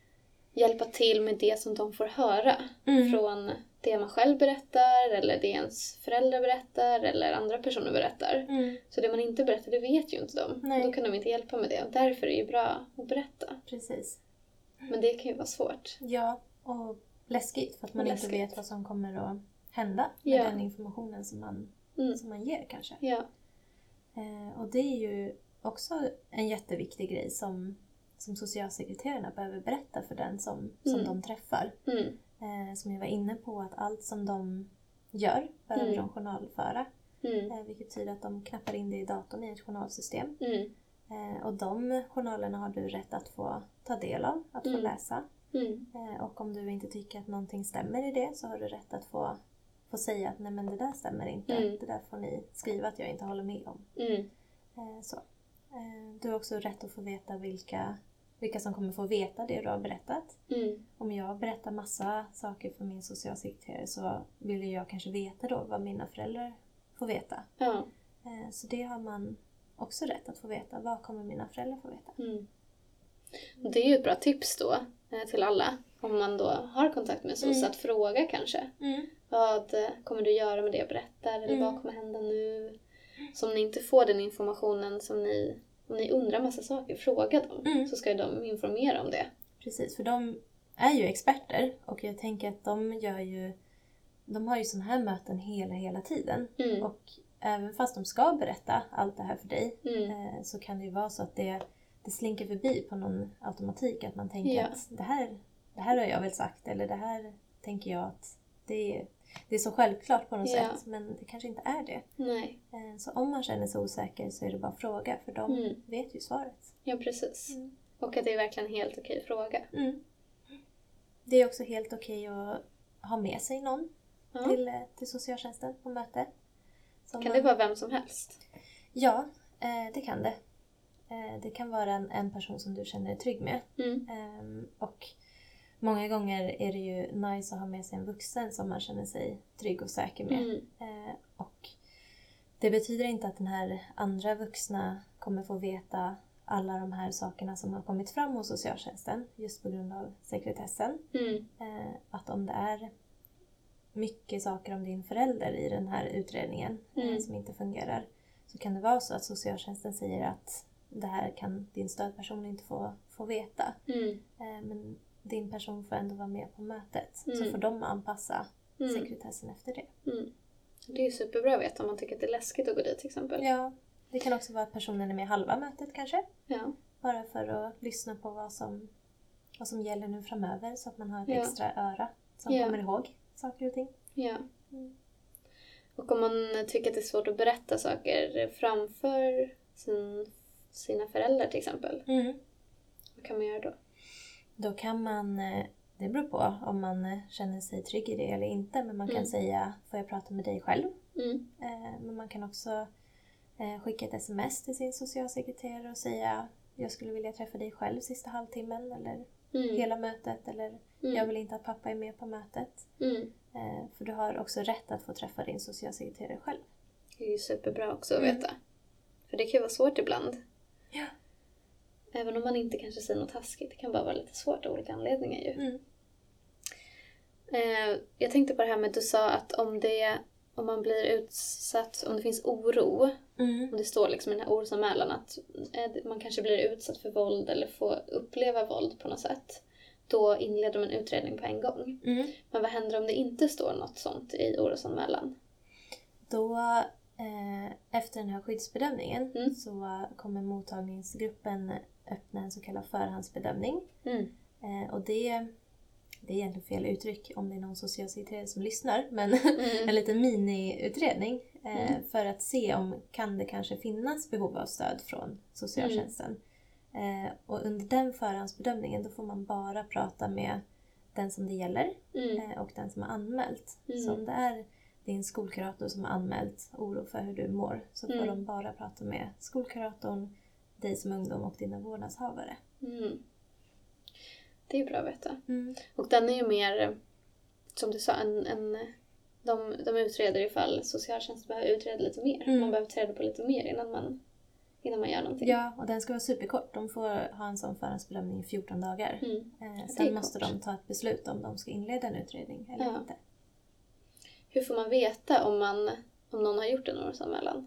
hjälpa till med det som de får höra. Mm. Från det man själv berättar, eller det ens föräldrar berättar, eller andra personer berättar. Mm. Så det man inte berättar, det vet ju inte de. Nej. Då kan de inte hjälpa med det. Och därför är det ju bra att berätta. Precis. Men det kan ju vara svårt. Ja, och läskigt för att man Läskigt. inte vet vad som kommer att hända med Ja. den informationen som man, Mm. som man ger kanske. Ja. Eh, och det är ju också en jätteviktig grej som, som socialsekreterarna behöver berätta för den som, som Mm. de träffar. Mm. Eh, som jag var inne på, att allt som de gör behöver Mm. de journalföra. Mm. Eh, vilket betyder att de knappar in det i datorn i ett journalsystem. Mm. Eh, och de journalerna har du rätt att få ta del av, att få Mm. läsa. Mm. Eh, och om du inte tycker att någonting stämmer i det så har du rätt att få, få säga att nej men det där stämmer inte. Mm. Det där får ni skriva att jag inte håller med om. Mm. Eh, så. Eh, du har också rätt att få veta vilka, vilka som kommer få veta det du har berättat. Mm. Om jag berättar massa saker för min socialsekreterare så vill ju jag kanske veta då vad mina föräldrar får veta. Ja. Eh, så det har man också rätt att få veta. Vad kommer mina föräldrar få veta? Mm. Och det är ju ett bra tips då eh, till alla. Om man då har kontakt med S O S, Mm. att fråga kanske. Mm. Vad eh, kommer du göra med det jag berättar? Eller Mm. vad kommer hända nu? Så om ni inte får den informationen som ni... Om ni undrar massa saker, fråga dem. Mm. Så ska de informera om det. Precis, för de är ju experter och jag tänker att de gör ju de har ju sådana här möten hela, hela tiden. Mm. Och även fast de ska berätta allt det här för dig Mm. eh, så kan det ju vara så att det, det slinker förbi på någon automatik. Att man tänker Ja. att det här, det här har jag väl sagt eller det här tänker jag att det är, det är så självklart på något Ja. sätt. Men det kanske inte är det. Nej. Eh, så om man känner sig osäker så är det bara att fråga för de Mm. vet ju svaret. Ja, precis. Mm. Och att det är verkligen en helt okej fråga. Mm. Det är också helt okej att ha med sig någon Ja. till, eh, till socialtjänsten på möte. Som Kan man- det vara vem som helst? Ja, eh, det kan det. Eh, det kan vara en, en person som du känner dig trygg med. Mm. Ehm, och många gånger är det ju nice att ha med sig en vuxen som man känner sig trygg och säker med. Mm. Eh, och det betyder inte att den här andra vuxna kommer få veta alla de här sakerna som har kommit fram hos socialtjänsten just på grund av sekretessen. Mm. Eh, att om det är mycket saker om din förälder i den här utredningen eh, Mm. som inte fungerar så kan det vara så att socialtjänsten säger att det här kan din stödperson inte få, få veta. Mm. Eh, men din person får ändå vara med på mötet. Så Mm. får de anpassa Mm. sekretessen efter det. Mm. Det är ju superbra att veta om man tycker att det är läskigt att gå dit till exempel. Ja, det kan också vara att personen är med halva mötet kanske. Ja. Bara för att lyssna på vad som, vad som gäller nu framöver så att man har ett Ja. extra öra som Ja. kommer ihåg saker och ting. Ja. Mm. Och om man tycker att det är svårt att berätta saker framför sin, sina föräldrar till exempel. Mm. Vad kan man göra då? Då kan man, eh, det beror på om man eh, känner sig trygg i det eller inte. Men man kan Mm. säga, får jag prata med dig själv? Mm. Eh, Men man kan också eh, skicka ett sms till sin socialsekreterare och säga, jag skulle vilja träffa dig själv sista halvtimmen eller Mm. hela mötet. Eller Mm. jag vill inte att pappa är med på mötet. Mm. Eh, För du har också rätt att få träffa din socialsekreterare själv. Det är ju superbra också att Mm. veta. För det kan ju vara svårt ibland. Ja. Även om man inte kanske säger något taskigt. Det kan bara vara lite svårt av olika anledningar ju. Mm. Eh, jag tänkte på det här med att du sa att om, det, om man blir utsatt, om det finns oro. Mm. Om det står liksom i den här orosanmälan att eh, man kanske blir utsatt för våld eller får uppleva våld på något sätt. Då inleder de en utredning på en gång. Mm. Men vad händer om det inte står något sånt i orosanmälan? Då, eh, efter den här skyddsbedömningen Mm. så kommer mottagningsgruppen öppna en så kallad förhandsbedömning. Mm. Eh, och det, det är egentligen fel uttryck om det är någon socialsekreterare som lyssnar. Men Mm. en liten miniutredning eh, Mm. för att se om kan det kanske finnas behov av stöd från socialtjänsten. Eh, och under den förhandsbedömningen då får man bara prata med den som det gäller Mm. eh, och den som har anmält. Mm. Så om det är din skolkurator som har anmält oro för hur du mår så får Mm. de bara prata med skolkuratorn, dig som ungdom och dina vårdnadshavare. Mm. Det är ju bra att veta. Mm. Och den är ju mer, som du sa, en, en, de, de utreder ifall socialtjänsten behöver utreda lite mer. Mm. Man behöver ta reda på lite mer innan man, innan man gör någonting. Ja, och den ska vara superkort. De får ha en sån förhandsbedömning i fjorton dagar. Mm. Eh, Det sen är måste kort. de ta ett beslut om de ska inleda en utredning eller Ja. inte. Hur får man veta om, man, om någon har gjort en orosanmälan?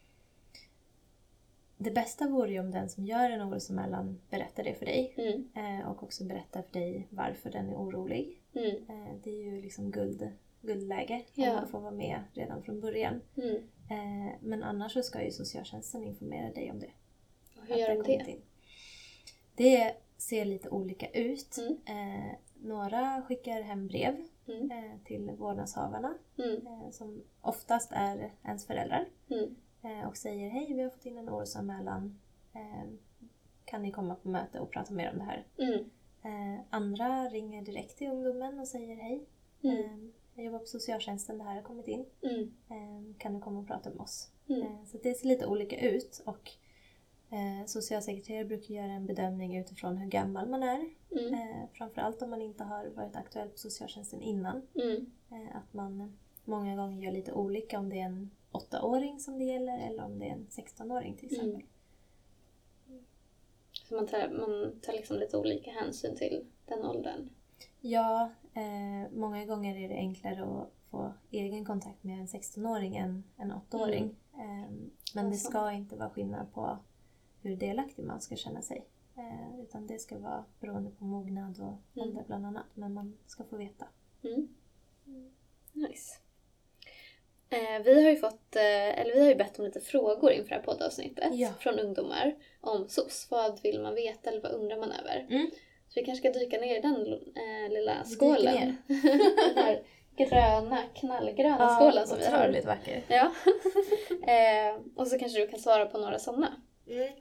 Det bästa vore ju om den som gör en orosanmälan berättar det för dig. Mm. Eh, och också berättar för dig varför den är orolig. Mm. Eh, det är ju liksom guld, guldläge Ja. om man får vara med redan från början. Mm. Eh, men annars så ska ju socialtjänsten informera dig om det. Och hur gör de kommit det? in. Det ser lite olika ut. Mm. Eh, några skickar hem brev Mm. eh, till vårdnadshavarna. Mm. Eh, som oftast är ens föräldrar. Mm. Eh, och säger hej, vi har fått in en orosanmälan. Eh, kan ni komma på möte och prata mer om det här? Mm. Eh, andra ringer direkt till ungdomen och säger hej. Mm. Eh, jag jobbar på socialtjänsten, det här har kommit in. Mm. Eh, kan du komma och prata med oss? Mm. Eh, så det ser lite olika ut. Och eh, socialsekreterare brukar göra en bedömning utifrån hur gammal man är. Mm. Eh, framförallt om man inte har varit aktuell på socialtjänsten innan. Mm. Eh, att man många gånger gör lite olika om det är en åttaåring som det gäller eller om det är en sextonåring till exempel. Mm. Så man tar, man tar liksom lite olika hänsyn till den åldern. Ja, eh, många gånger är det enklare att få egen kontakt med en sextonåring än en åttaåring. Mm. Eh, men det Alltså. ska inte vara skillnad på hur delaktig man ska känna sig. Eh, utan det ska vara beroende på mognad och Mm. ålder bland annat. Men man ska få veta. Mm. Nice. Eh, vi har ju fått, eh, eller vi har ju bett om lite frågor inför det här poddavsnittet Ja. från ungdomar om S O S. Vad vill man veta eller vad undrar man över? Mm. Så vi kanske ska dyka ner i den eh, lilla Vi dyker skålen. ner. Den här gröna, knallgröna skålen som vi har. Otroligt vacker. Ja. eh, och så kanske du kan svara på några sådana. Mm.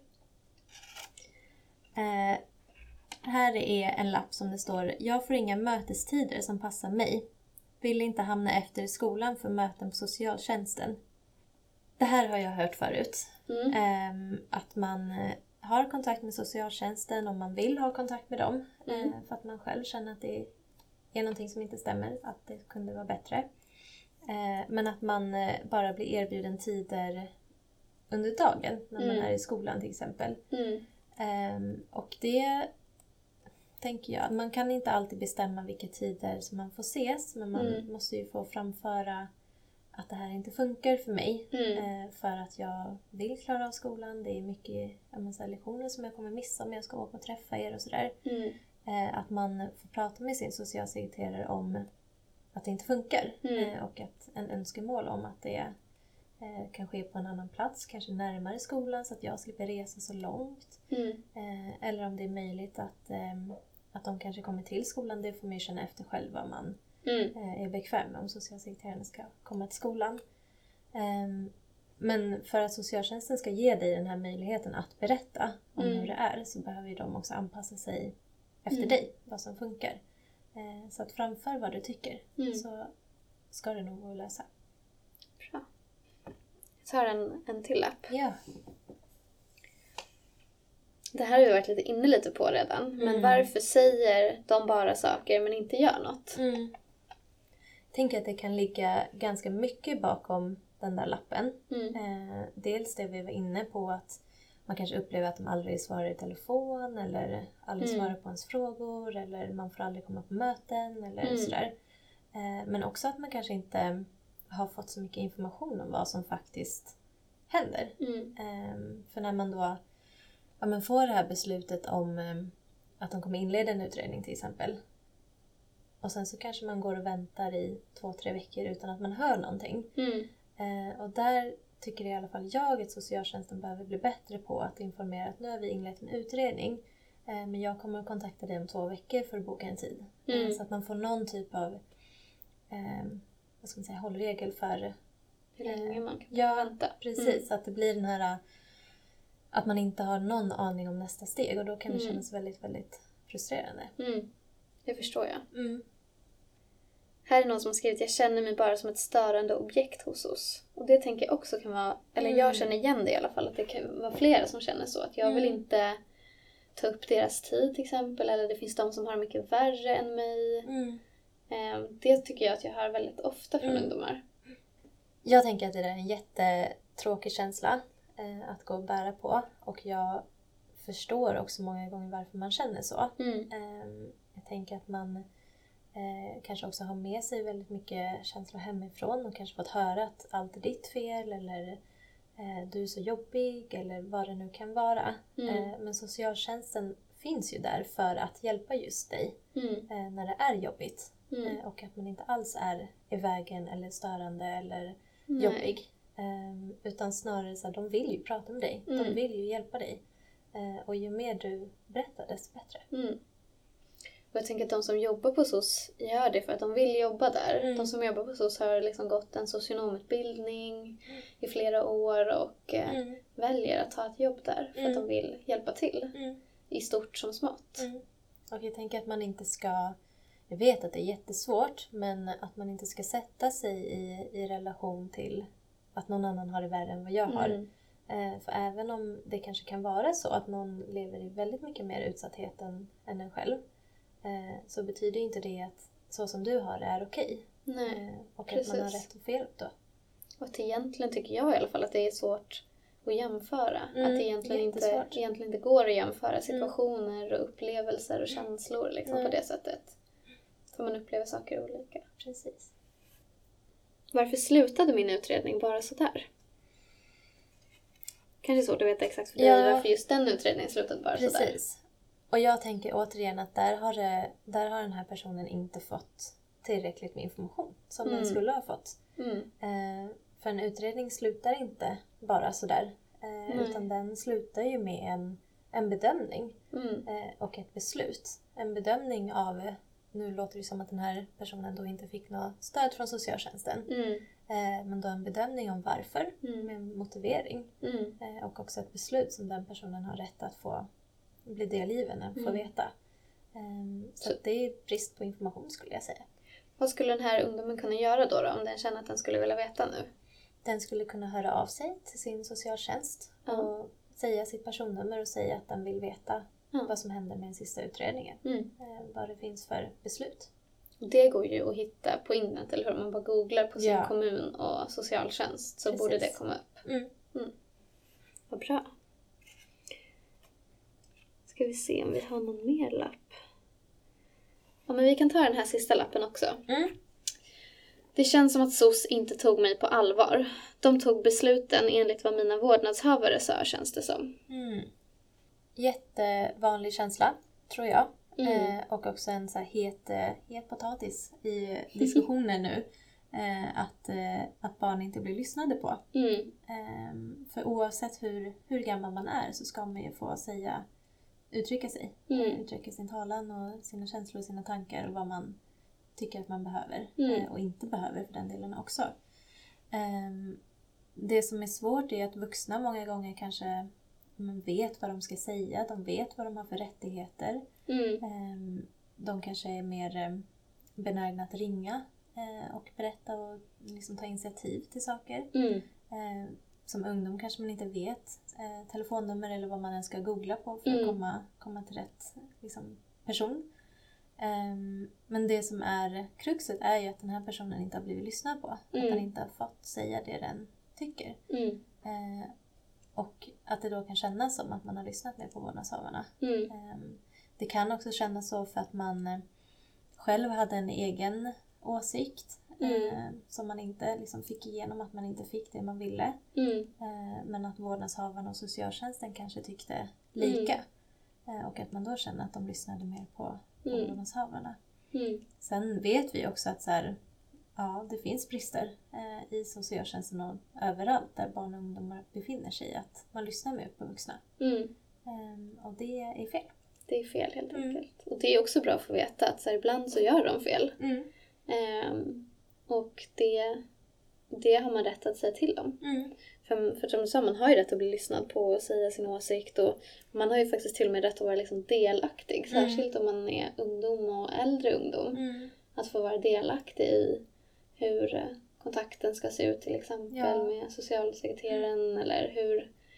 Eh, här är en lapp som det står: jag får inga mötestider som passar mig. Vill inte hamna efter i skolan för möten på socialtjänsten. Det här har jag hört förut. Mm. Eh, att man eh, har kontakt med socialtjänsten om man vill ha kontakt med dem. Mm. Eh, för att man själv känner att det är någonting som inte stämmer. Att det kunde vara bättre. Eh, men att man eh, bara blir erbjuden tider under dagen när man Mm. är i skolan till exempel. Mm. Um, och det tänker jag, man kan inte alltid bestämma vilka tider som man får ses, men man Mm. måste ju få framföra att det här inte funkar för mig. Mm. Eh, för att jag vill klara av skolan, det är mycket ja, men, så här, lektioner som jag kommer missa om jag ska åka och träffa er och sådär. Mm. Eh, att man får prata med sin socialsekreterare om att det inte funkar. Mm. Eh, och att en önskemål om att det eh, kan ske på en annan plats, kanske närmare skolan så att jag slipper resa så långt. Mm. Eh, eller om det är möjligt att, eh, att de kanske kommer till skolan. Det får man ju känna efter själv vad man Mm. eh, är bekväm med om socialsekreteraren ska komma till skolan. Eh, men för att socialtjänsten ska ge dig den här möjligheten att berätta om Mm. hur det är så behöver ju de också anpassa sig efter Mm. dig, vad som funkar. Eh, så att framför vad du tycker Mm. så ska det nog gå att lösa. Bra. Jag tar en, en till lapp. Ja. Det här har vi varit lite inne lite på redan. Men Mm. varför säger de bara saker men inte gör något? Mm. Jag tänker att det kan ligga ganska mycket bakom den där lappen. Mm. Eh, dels det vi var inne på att man kanske upplever att de aldrig svarar i telefon eller aldrig Mm. svarar på ens frågor eller man får aldrig komma på möten eller Mm. sådär. Eh, men också att man kanske inte har fått så mycket information om vad som faktiskt händer. Mm. Eh, för när man då ja, men får det här beslutet om eh, att de kommer inleda en utredning till exempel. Och sen så kanske man går och väntar i två, tre veckor utan att man hör någonting. Mm. Eh, och där tycker i alla fall jag att socialtjänsten behöver bli bättre på att informera att nu har vi inlett en utredning. Eh, men jag kommer att kontakta dig om två veckor för att boka en tid. Mm. Eh, så att man får någon typ av eh, vad ska man säga, hållregel för... Hur länge man kan Ja, vänta. precis. Mm. Så att det blir den här... Att man inte har någon aning om nästa steg. Och då kan det Mm. kännas väldigt, väldigt frustrerande. Mm. Det förstår jag. Mm. Här är någon som har skrivit: jag känner mig bara som ett störande objekt hos oss. Och det tänker jag också kan vara, eller Mm. jag känner igen det i alla fall, att det kan vara flera som känner så. Att jag vill Mm. inte ta upp deras tid till exempel. Eller det finns de som har mycket värre än mig. Mm. Eh, det tycker jag att jag hör väldigt ofta från Mm. ungdomar. Jag tänker att det är en jättetråkig känsla eh, att gå och bära på. Och jag förstår också många gånger varför man känner så. Mm. Eh, jag tänker att man eh, kanske också har med sig väldigt mycket känslor hemifrån. Och kanske fått höra att allt är ditt fel. Eller eh, du är så jobbig. Eller vad det nu kan vara. Mm. Eh, men socialtjänsten finns ju där för att hjälpa just dig. Mm. Eh, när det är jobbigt. Mm. Eh, och att man inte alls är i vägen eller störande eller Nej. jobbig. Um, utan snarare så här, de vill ju prata med dig. Mm. De vill ju hjälpa dig. Uh, och ju mer du berättar, desto bättre. Mm. Och jag tänker att de som jobbar på S O S gör det för att de vill jobba där. Mm. De som jobbar på S O S har liksom gått en socionomutbildning mm. i flera år och eh, Mm. väljer att ta ett jobb där för Mm. att de vill hjälpa till. Mm. I stort som smått. Mm. Och jag tänker att man inte ska... Jag vet att det är jättesvårt, men att man inte ska sätta sig i, i relation till att någon annan har det värre än vad jag har. Mm. Eh, för även om det kanske kan vara så att någon lever i väldigt mycket mer utsatthet än, än en själv, eh, så betyder inte det att så som du har det är okej. Nej, eh, och precis. att man har rätt och fel då. Och att egentligen tycker jag i alla fall att det är svårt att jämföra. Mm, att det egentligen inte, jättesvårt. egentligen inte går att jämföra situationer och upplevelser och känslor liksom, Nej. på det sättet. För man upplever saker olika. Precis. Varför slutade min utredning bara sådär? Kanske svårt att veta exakt för dig Ja. varför just den utredningen slutade bara sådär. Precis. Och jag tänker återigen att där har, det, där har den här personen inte fått tillräckligt med information som Mm. den skulle ha fått. Mm. Eh, för en utredning slutar inte bara sådär. Eh, Nej. utan den slutar ju med en, en bedömning Mm. eh, och ett beslut. En bedömning av, nu låter det som att den här personen då inte fick något stöd från socialtjänsten. Mm. Eh, men då en bedömning om varför, Mm. med motivering. Mm. Eh, och också ett beslut som den personen har rätt att få bli delgiven och få Mm. veta. Eh, så Så- att det är brist på information skulle jag säga. Vad skulle den här ungdomen kunna göra då, då om den känner att den skulle vilja veta nu? Den skulle kunna höra av sig till sin socialtjänst Ja. och säga sitt personnummer och säga att den vill veta Ja. vad som händer med den sista utredningen. Mm. Eh, vad det finns för beslut. Det går ju att hitta på internet, eller hur? Om man bara googlar på sin Ja. kommun och socialtjänst så Precis. borde det komma upp. Mm. Vad bra. Ska vi se om vi har någon mer lapp. Ja, men vi kan ta den här sista lappen också. Mm. Det känns som att S O S inte tog mig på allvar. De tog besluten enligt vad mina vårdnadshavare sa, känns det som. Mm. Jättevanlig känsla, tror jag. Mm. Eh, och också en så här het, eh, het potatis i diskussioner nu. Eh, att, eh, att barn inte blir lyssnade på. Mm. Eh, för oavsett hur, hur gammal man är så ska man ju få säga, uttrycka sig. Mm. Eh, uttrycka sin talan och sina känslor och sina tankar och vad man tycker att man behöver. Mm. Eh, och inte behöver för den delen också. Eh, det som är svårt är att vuxna många gånger kanske man vet vad de ska säga. De vet vad de har för rättigheter. Mm. Eh, de kanske är mer eh, benägna att ringa eh, och berätta och liksom ta initiativ till saker. Mm. Eh, som ungdom kanske man inte vet eh, telefonnummer eller vad man ens ska googla på för Mm. att komma, komma till rätt liksom, person. Eh, men det som är kruxet är ju att den här personen inte har blivit lyssnad på. Mm. Att den inte har fått säga det den tycker. Mm. Eh, och att det då kan kännas som att man har lyssnat mer på vårdnadshavarna. Mm. Eh, det kan också kännas så för att man eh, själv hade en egen åsikt. Mm. Eh, som man inte liksom fick igenom, att man inte fick det man ville. Mm. Eh, men att vårdnadshavarna och socialtjänsten kanske tyckte lika. Mm. Eh, och att man då kände att de lyssnade mer på, på Mm. vårdnadshavarna. Mm. Sen vet vi också att så här, ja, det finns brister eh, i socialtjänsten och överallt där barn och ungdomar befinner sig. Att man lyssnar mer på vuxna. Mm. Eh, och det är fel. Det är fel helt Mm. enkelt. Och det är också bra att få veta att så här, ibland så gör de fel. Mm. Ehm, och det, det har man rätt att säga till om. Mm. För, för som du sa, man har ju rätt att bli lyssnad på och säga sin åsikt. Och man har ju faktiskt till och med rätt att vara liksom delaktig. Mm. Särskilt om man är ungdom och äldre ungdom. Mm. Att få vara delaktig i hur eh, kontakten ska se ut till exempel Ja. med socialsekreteraren. Eller hur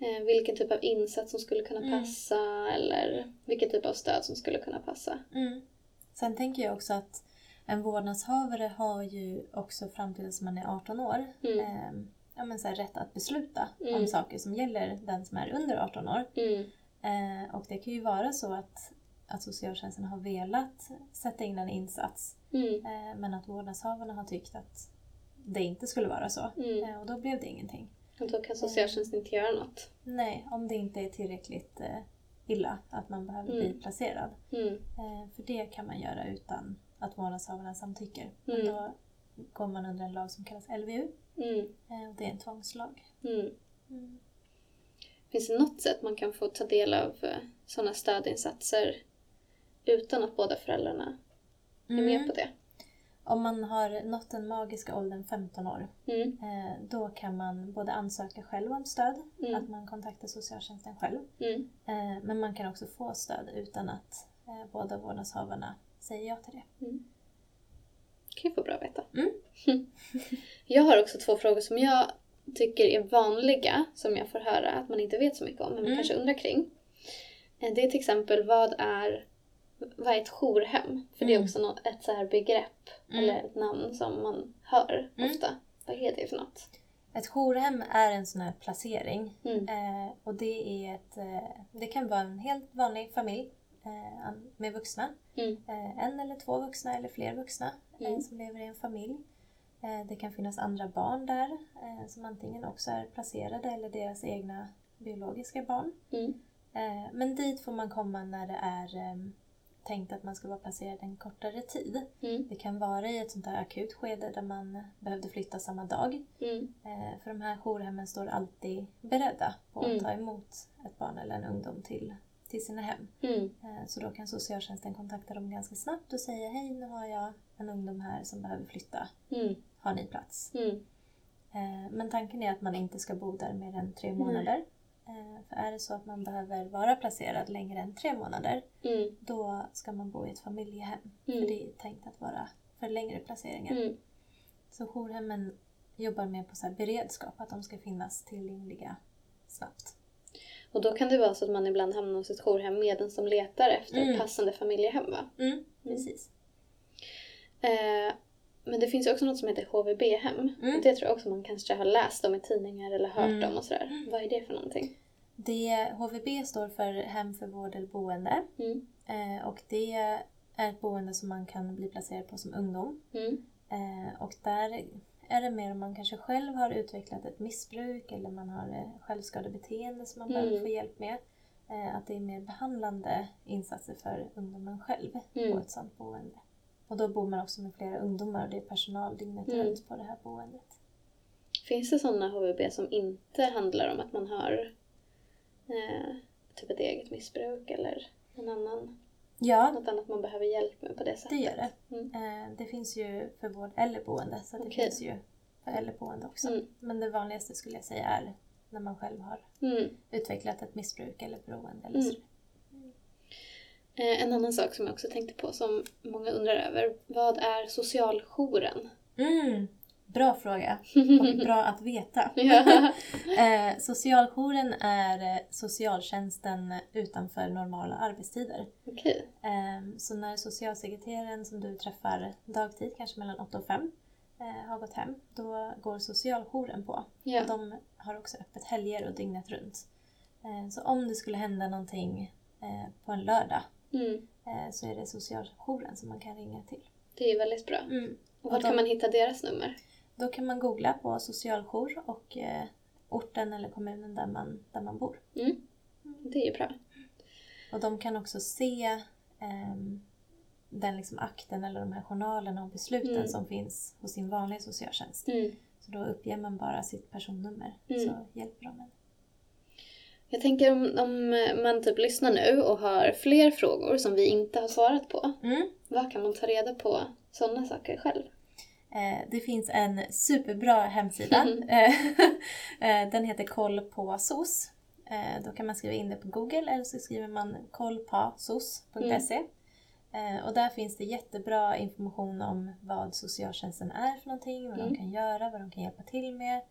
Eh, vilken typ av insats som skulle kunna Mm. passa eller vilken typ av stöd som skulle kunna passa. Mm. Sen tänker jag också att en vårdnadshavare har ju också fram till dess man är arton år Mm. eh, ja, men så här, rätt att besluta Mm. om saker som gäller den som är under arton år. Mm. Eh, och det kan ju vara så att, att socialtjänsten har velat sätta in en insats Mm. eh, men att vårdnadshavarna har tyckt att det inte skulle vara så. Mm. Eh, och då blev det ingenting. Och då kan socialtjänsten inte göra något. Nej, om det inte är tillräckligt eh, illa att man behöver Mm. bli placerad. Mm. Eh, för det kan man göra utan att vårdnadshavarna samtycker. Men Mm. då går man under en lag som kallas L V U. Mm. Eh, och det är en tvångslag. Mm. Mm. Finns det något sätt man kan få ta del av sådana stödinsatser utan att båda föräldrarna är med Mm. på det? Om man har nått den magiska åldern femton år, Mm. eh, då kan man både ansöka själv om stöd, Mm. att man kontaktar socialtjänsten själv. Mm. Eh, men man kan också få stöd utan att eh, båda vårdnadshavarna säger ja till det. Mm. Det kan ju få bra att veta. Mm. Jag har också två frågor som jag tycker är vanliga, som jag får höra att man inte vet så mycket om, men man Mm. kanske undrar kring. Eh, Det är till exempel, vad är, vad är ett jourhem? För det är Mm. också något, ett så här begrepp, Mm. eller ett namn som man hör Mm. ofta. Vad är det för något? Ett jourhem är en sån här placering. Mm. Eh, och det är ett, eh, det kan vara en helt vanlig familj eh, an- med vuxna. Mm. Eh, en eller två vuxna eller fler vuxna eh, Mm. som lever i en familj. Eh, det kan finnas andra barn där eh, som antingen också är placerade eller deras egna biologiska barn. Mm. Eh, men dit får man komma när det är eh, tänkt att man ska vara placerad en kortare tid. Mm. Det kan vara i ett sånt här akut skede där man behövde flytta samma dag. Mm. Eh, för de här jourhemmen står alltid beredda på att Mm. ta emot ett barn eller en ungdom till, till sina hem. Mm. Eh, så då kan socialtjänsten kontakta dem ganska snabbt och säga: hej, nu har jag en ungdom här som behöver flytta. Mm. Har ni plats? Mm. Eh, men tanken är att man inte ska bo där mer än tre månader. Eh, för är det så att man behöver vara placerad längre än tre månader, Mm. då ska man bo i ett familjehem. Mm. För det är tänkt att vara för längre placeringar. Mm. Så jourhemmen jobbar med på så här beredskap, att de ska finnas tillgängliga snabbt. Och då kan det vara så att man ibland hamnar hos ett jourhem med den som letar efter Mm. ett passande familjehem, va? Mm, precis. Eh, men det finns ju också något som heter H V B-hem. Mm. Det tror jag också man kanske har läst om i tidningar eller hört Mm. om och sådär. Vad är det för någonting? Det, H V B står för hem för vård eller boende. Mm. Eh, och det är ett boende som man kan bli placerad på som ungdom. Mm. Eh, och där är det mer om man kanske själv har utvecklat ett missbruk eller man har eh, självskadebeteende som man Mm. behöver få hjälp med. Eh, att det är mer behandlande insatser för ungdomen själv Mm. på ett sådant boende. Och då bor man också med flera ungdomar och det är personal dygnet Mm. runt på det här boendet. Finns det sådana H V B som inte handlar om att man har eh, typ ett eget missbruk eller en annan, Ja, något annat man behöver hjälp med på det sättet? det gör det. Mm. Eh, det finns ju för vård eller boende, så det Okej. finns ju för eller boende också. Mm. Men det vanligaste skulle jag säga är när man själv har Mm. utvecklat ett missbruk eller beroende. Eller Mm. så. Eh, en annan sak som jag också tänkte på som många undrar över. Vad är socialjouren? Mm, bra fråga och bra att veta. Ja. eh, socialjouren är eh, socialtjänsten utanför normala arbetstider. Okej. Eh, så när socialsekreteraren som du träffar dagtid, kanske mellan åtta och fem, eh, har gått hem, då går socialjouren på. Ja. Och de har också öppet helger och dygnet runt. Eh, så om det skulle hända någonting eh, på en lördag Mm. eh, så är det socialjouren som man kan ringa till. Det är ju väldigt bra. Mm. Och var Och kan de- man hitta deras nummer? Då kan man googla på socialjour och eh, orten eller kommunen där man, där man bor. Mm. Det är ju bra. Och de kan också se ehm, den liksom akten eller de här journalerna och besluten Mm. som finns hos sin vanliga socialtjänst. Mm. Så då uppger man bara sitt personnummer Mm. så hjälper de en. Jag tänker om, om man typ lyssnar nu och har fler frågor som vi inte har svarat på. Mm. Vad kan man ta reda på sådana saker själv? Eh, det finns en superbra hemsida. Eh, eh, den heter Koll på S O S. Eh, då kan man skriva in det på Google eller så skriver man kollpasos punkt se. Eh, och där finns det jättebra information om vad socialtjänsten är för någonting, vad Mm. de kan göra, vad de kan hjälpa till med.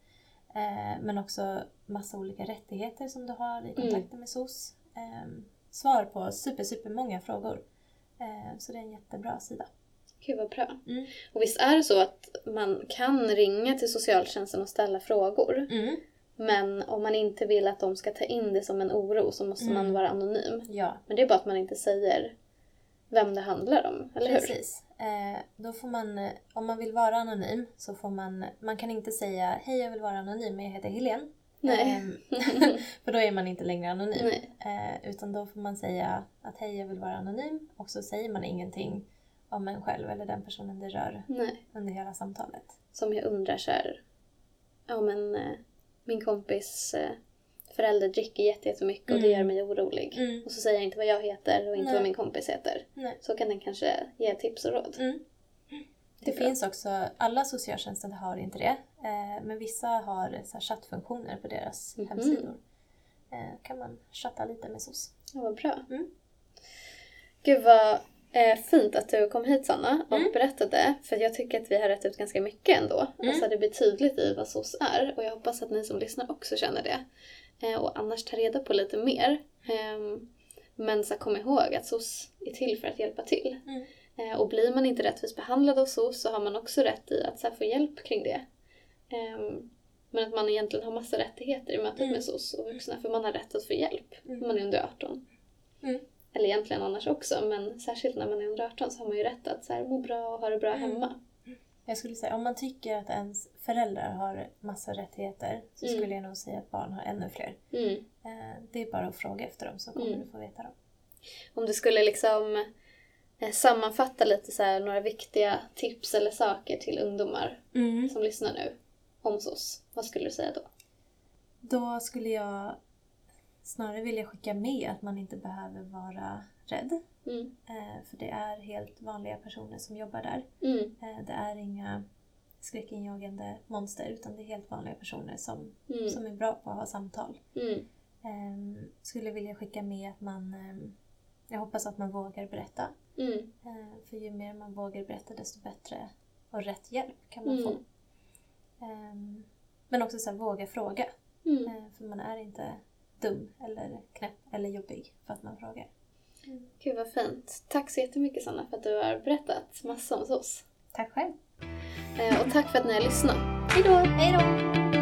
Eh, men också massa olika rättigheter som du har i kontakten mm. med S O S. Eh, svar på super, super många frågor. Eh, så det är en jättebra sida. Gud vad bra. Mm. Och visst är det så att man kan ringa till socialtjänsten och ställa frågor. Mm. Men om man inte vill att de ska ta in det som en oro så måste mm. man vara anonym. Ja. Men det är bara att man inte säger vem det handlar om, eller hur? Precis. Eh, då får man, om man vill vara anonym så får man, man kan inte säga hej jag vill vara anonym men jag heter Helene. Nej. Eh, för då är man inte längre anonym. Nej. Eh, utan då får man säga att hej jag vill vara anonym och så säger man ingenting om en själv eller den personen det rör. Nej. Under hela samtalet. Som jag undrar så här, ja men eh, min kompis eh, förälder dricker jätte, jättemycket och mm. det gör mig orolig. Mm. Och så säger jag inte vad jag heter och inte Nej. vad min kompis heter. Nej. Så kan den kanske ge tips och råd. Mm. Det, det finns också, alla socialtjänster har inte det. Eh, men vissa har så här, chattfunktioner på deras mm. hemsidor. Eh, kan man chatta lite med S O S. Ja, vad bra. Mm. Gud vad eh, fint att du kom hit Sanna och mm. berättade. För jag tycker att vi har rätt ut ganska mycket ändå. Mm. Alltså det blir tydligt i vad S O S är. Och jag hoppas att ni som lyssnar också känner det. Eh, och annars ta reda på lite mer. Eh, men så kom ihåg att S O S är till för att hjälpa till. Mm. Eh, och blir man inte rättvist behandlad av S O S så har man också rätt i att så här, få hjälp kring det. Eh, men att man egentligen har massa rättigheter i mötet mm. med S O S och vuxna. För man har rätt att få hjälp mm. när man är under arton. Mm. Eller egentligen annars också. Men särskilt när man är under arton så har man ju rätt att så här, må bra och ha det bra mm. hemma. Jag skulle säga, om man tycker att ens föräldrar har massa rättigheter så Mm. skulle jag nog säga att barn har ännu fler. Mm. Eh, det är bara att fråga efter dem så kommer Mm. du få veta dem. Om du skulle liksom eh, sammanfatta lite så här, några viktiga tips eller saker till ungdomar Mm. som lyssnar nu om S O S. Vad skulle du säga då? Då skulle jag snarare vilja skicka med att man inte behöver vara rädd. Mm. Eh, för det är helt vanliga personer som jobbar där. Mm. Eh, det är inga skräckinjagande monster utan det är helt vanliga personer som, Mm. som är bra på att ha samtal. Mm. Eh, skulle vilja skicka med att man, eh, jag hoppas att man vågar berätta. Mm. Eh, för ju mer man vågar berätta desto bättre och rätt hjälp kan man Mm. få. Eh, men också så här, våga fråga. Mm. Eh, för man är inte dum eller knäpp eller jobbig för att man frågar. Mm. Gud vad fint. Tack så jättemycket Sanna för att du har berättat massa om S O S. Tack själv. Eh, och tack för att ni har lyssnat. Hej då! Hej då!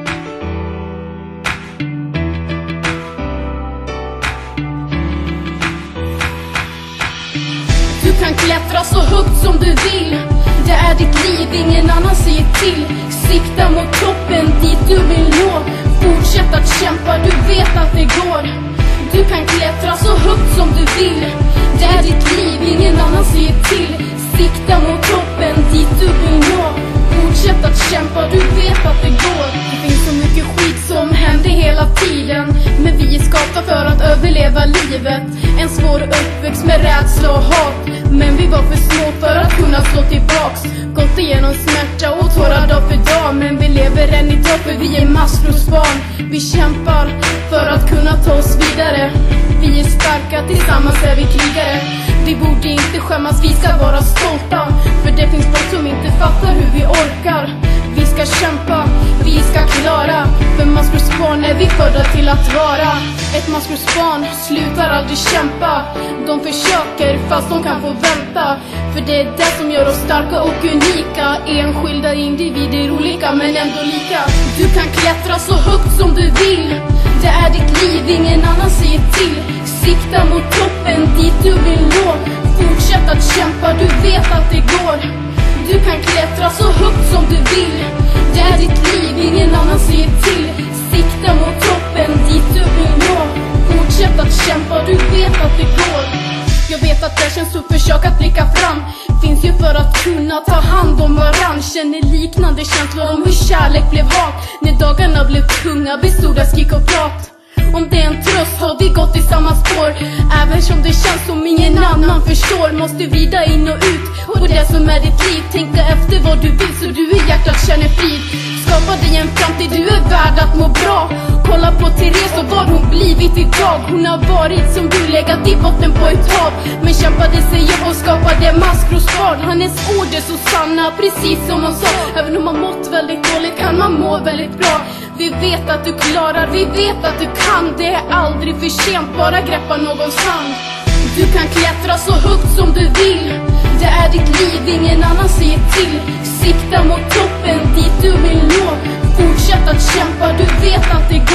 Du kan klättra så högt som du vill. Det är ditt liv, ingen annan säger till. Sikta mot toppen, dit du vill nå. Fortsätt att kämpa, du vet att det går. Du kan klättra så högt som du vill. Det är ditt liv, ingen annan säger till. Sikta mot toppen, dit du vill nå. Fortsätt att kämpa, du vet att det går. Det finns så mycket skit som händer hela tiden. Men vi är skapta för att överleva livet. En svår uppväxt med rädsla och hat. Men vi var för små för att kunna slå tillbaks. Gått igenom smärta och tårar dag för dag. Men vi lever än idag för vi är maskrosbarn. Vi kämpar för att kunna ta oss vidare. Vi är starka, tillsammans är vi krigare. Vi borde inte skämmas, vi ska vara stolta. För det finns folk som inte fattar hur vi orkar. Vi ska kämpa, vi ska klara. För maskrosbarn är vi födda till att vara. Ett maskrosbarn slutar aldrig kämpa. De försöker fast de kan få vänta. För det är det som gör oss starka och unika. Enskilda individer olika men ändå lika. Du kan klättra så högt som du vill. Det är ditt liv, ingen annan säger till. Sikta mot toppen, dit du vill nå. Fortsätt att kämpa, du vet att det går. Du kan klättra så högt som du vill. Det är ditt liv, ingen annan säger till. Sikta mot toppen, dit du vill nå. Fortsätt att kämpa, du vet att det går. Jag vet att det känns tufft, försök att blicka fram. Finns ju för att kunna ta hand om varann. Känner liknande känslor om hur kärlek blev hat. När dagarna blev tunga bestod av skrik och prat. Om det är en tröst har vi gått i samma spår. Även som det känns som ingen annan förstår. Måste vida in och ut på det som är ditt liv. Tänka efter vad du vill så du i hjärtat känner frid. Skapa dig en framtid, du är värd att må bra. Kolla på Therese och vad hon blivit idag. Hon har varit som du, legat i botten på ett hav. Men kämpade sig upp och skapade maskrosbarn. Hennes ord är så sanna, precis som hon sa. Även om man mått väldigt dåligt kan man må väldigt bra. Vi vet att du klarar, vi vet att du kan. Det är aldrig för sent, bara greppa någons hand. Du kan klättra så högt som du vill. Det är ditt liv, ingen annan säger till. Sikta mot toppen, dit du vill nå. Fortsätt att kämpa, du vet att det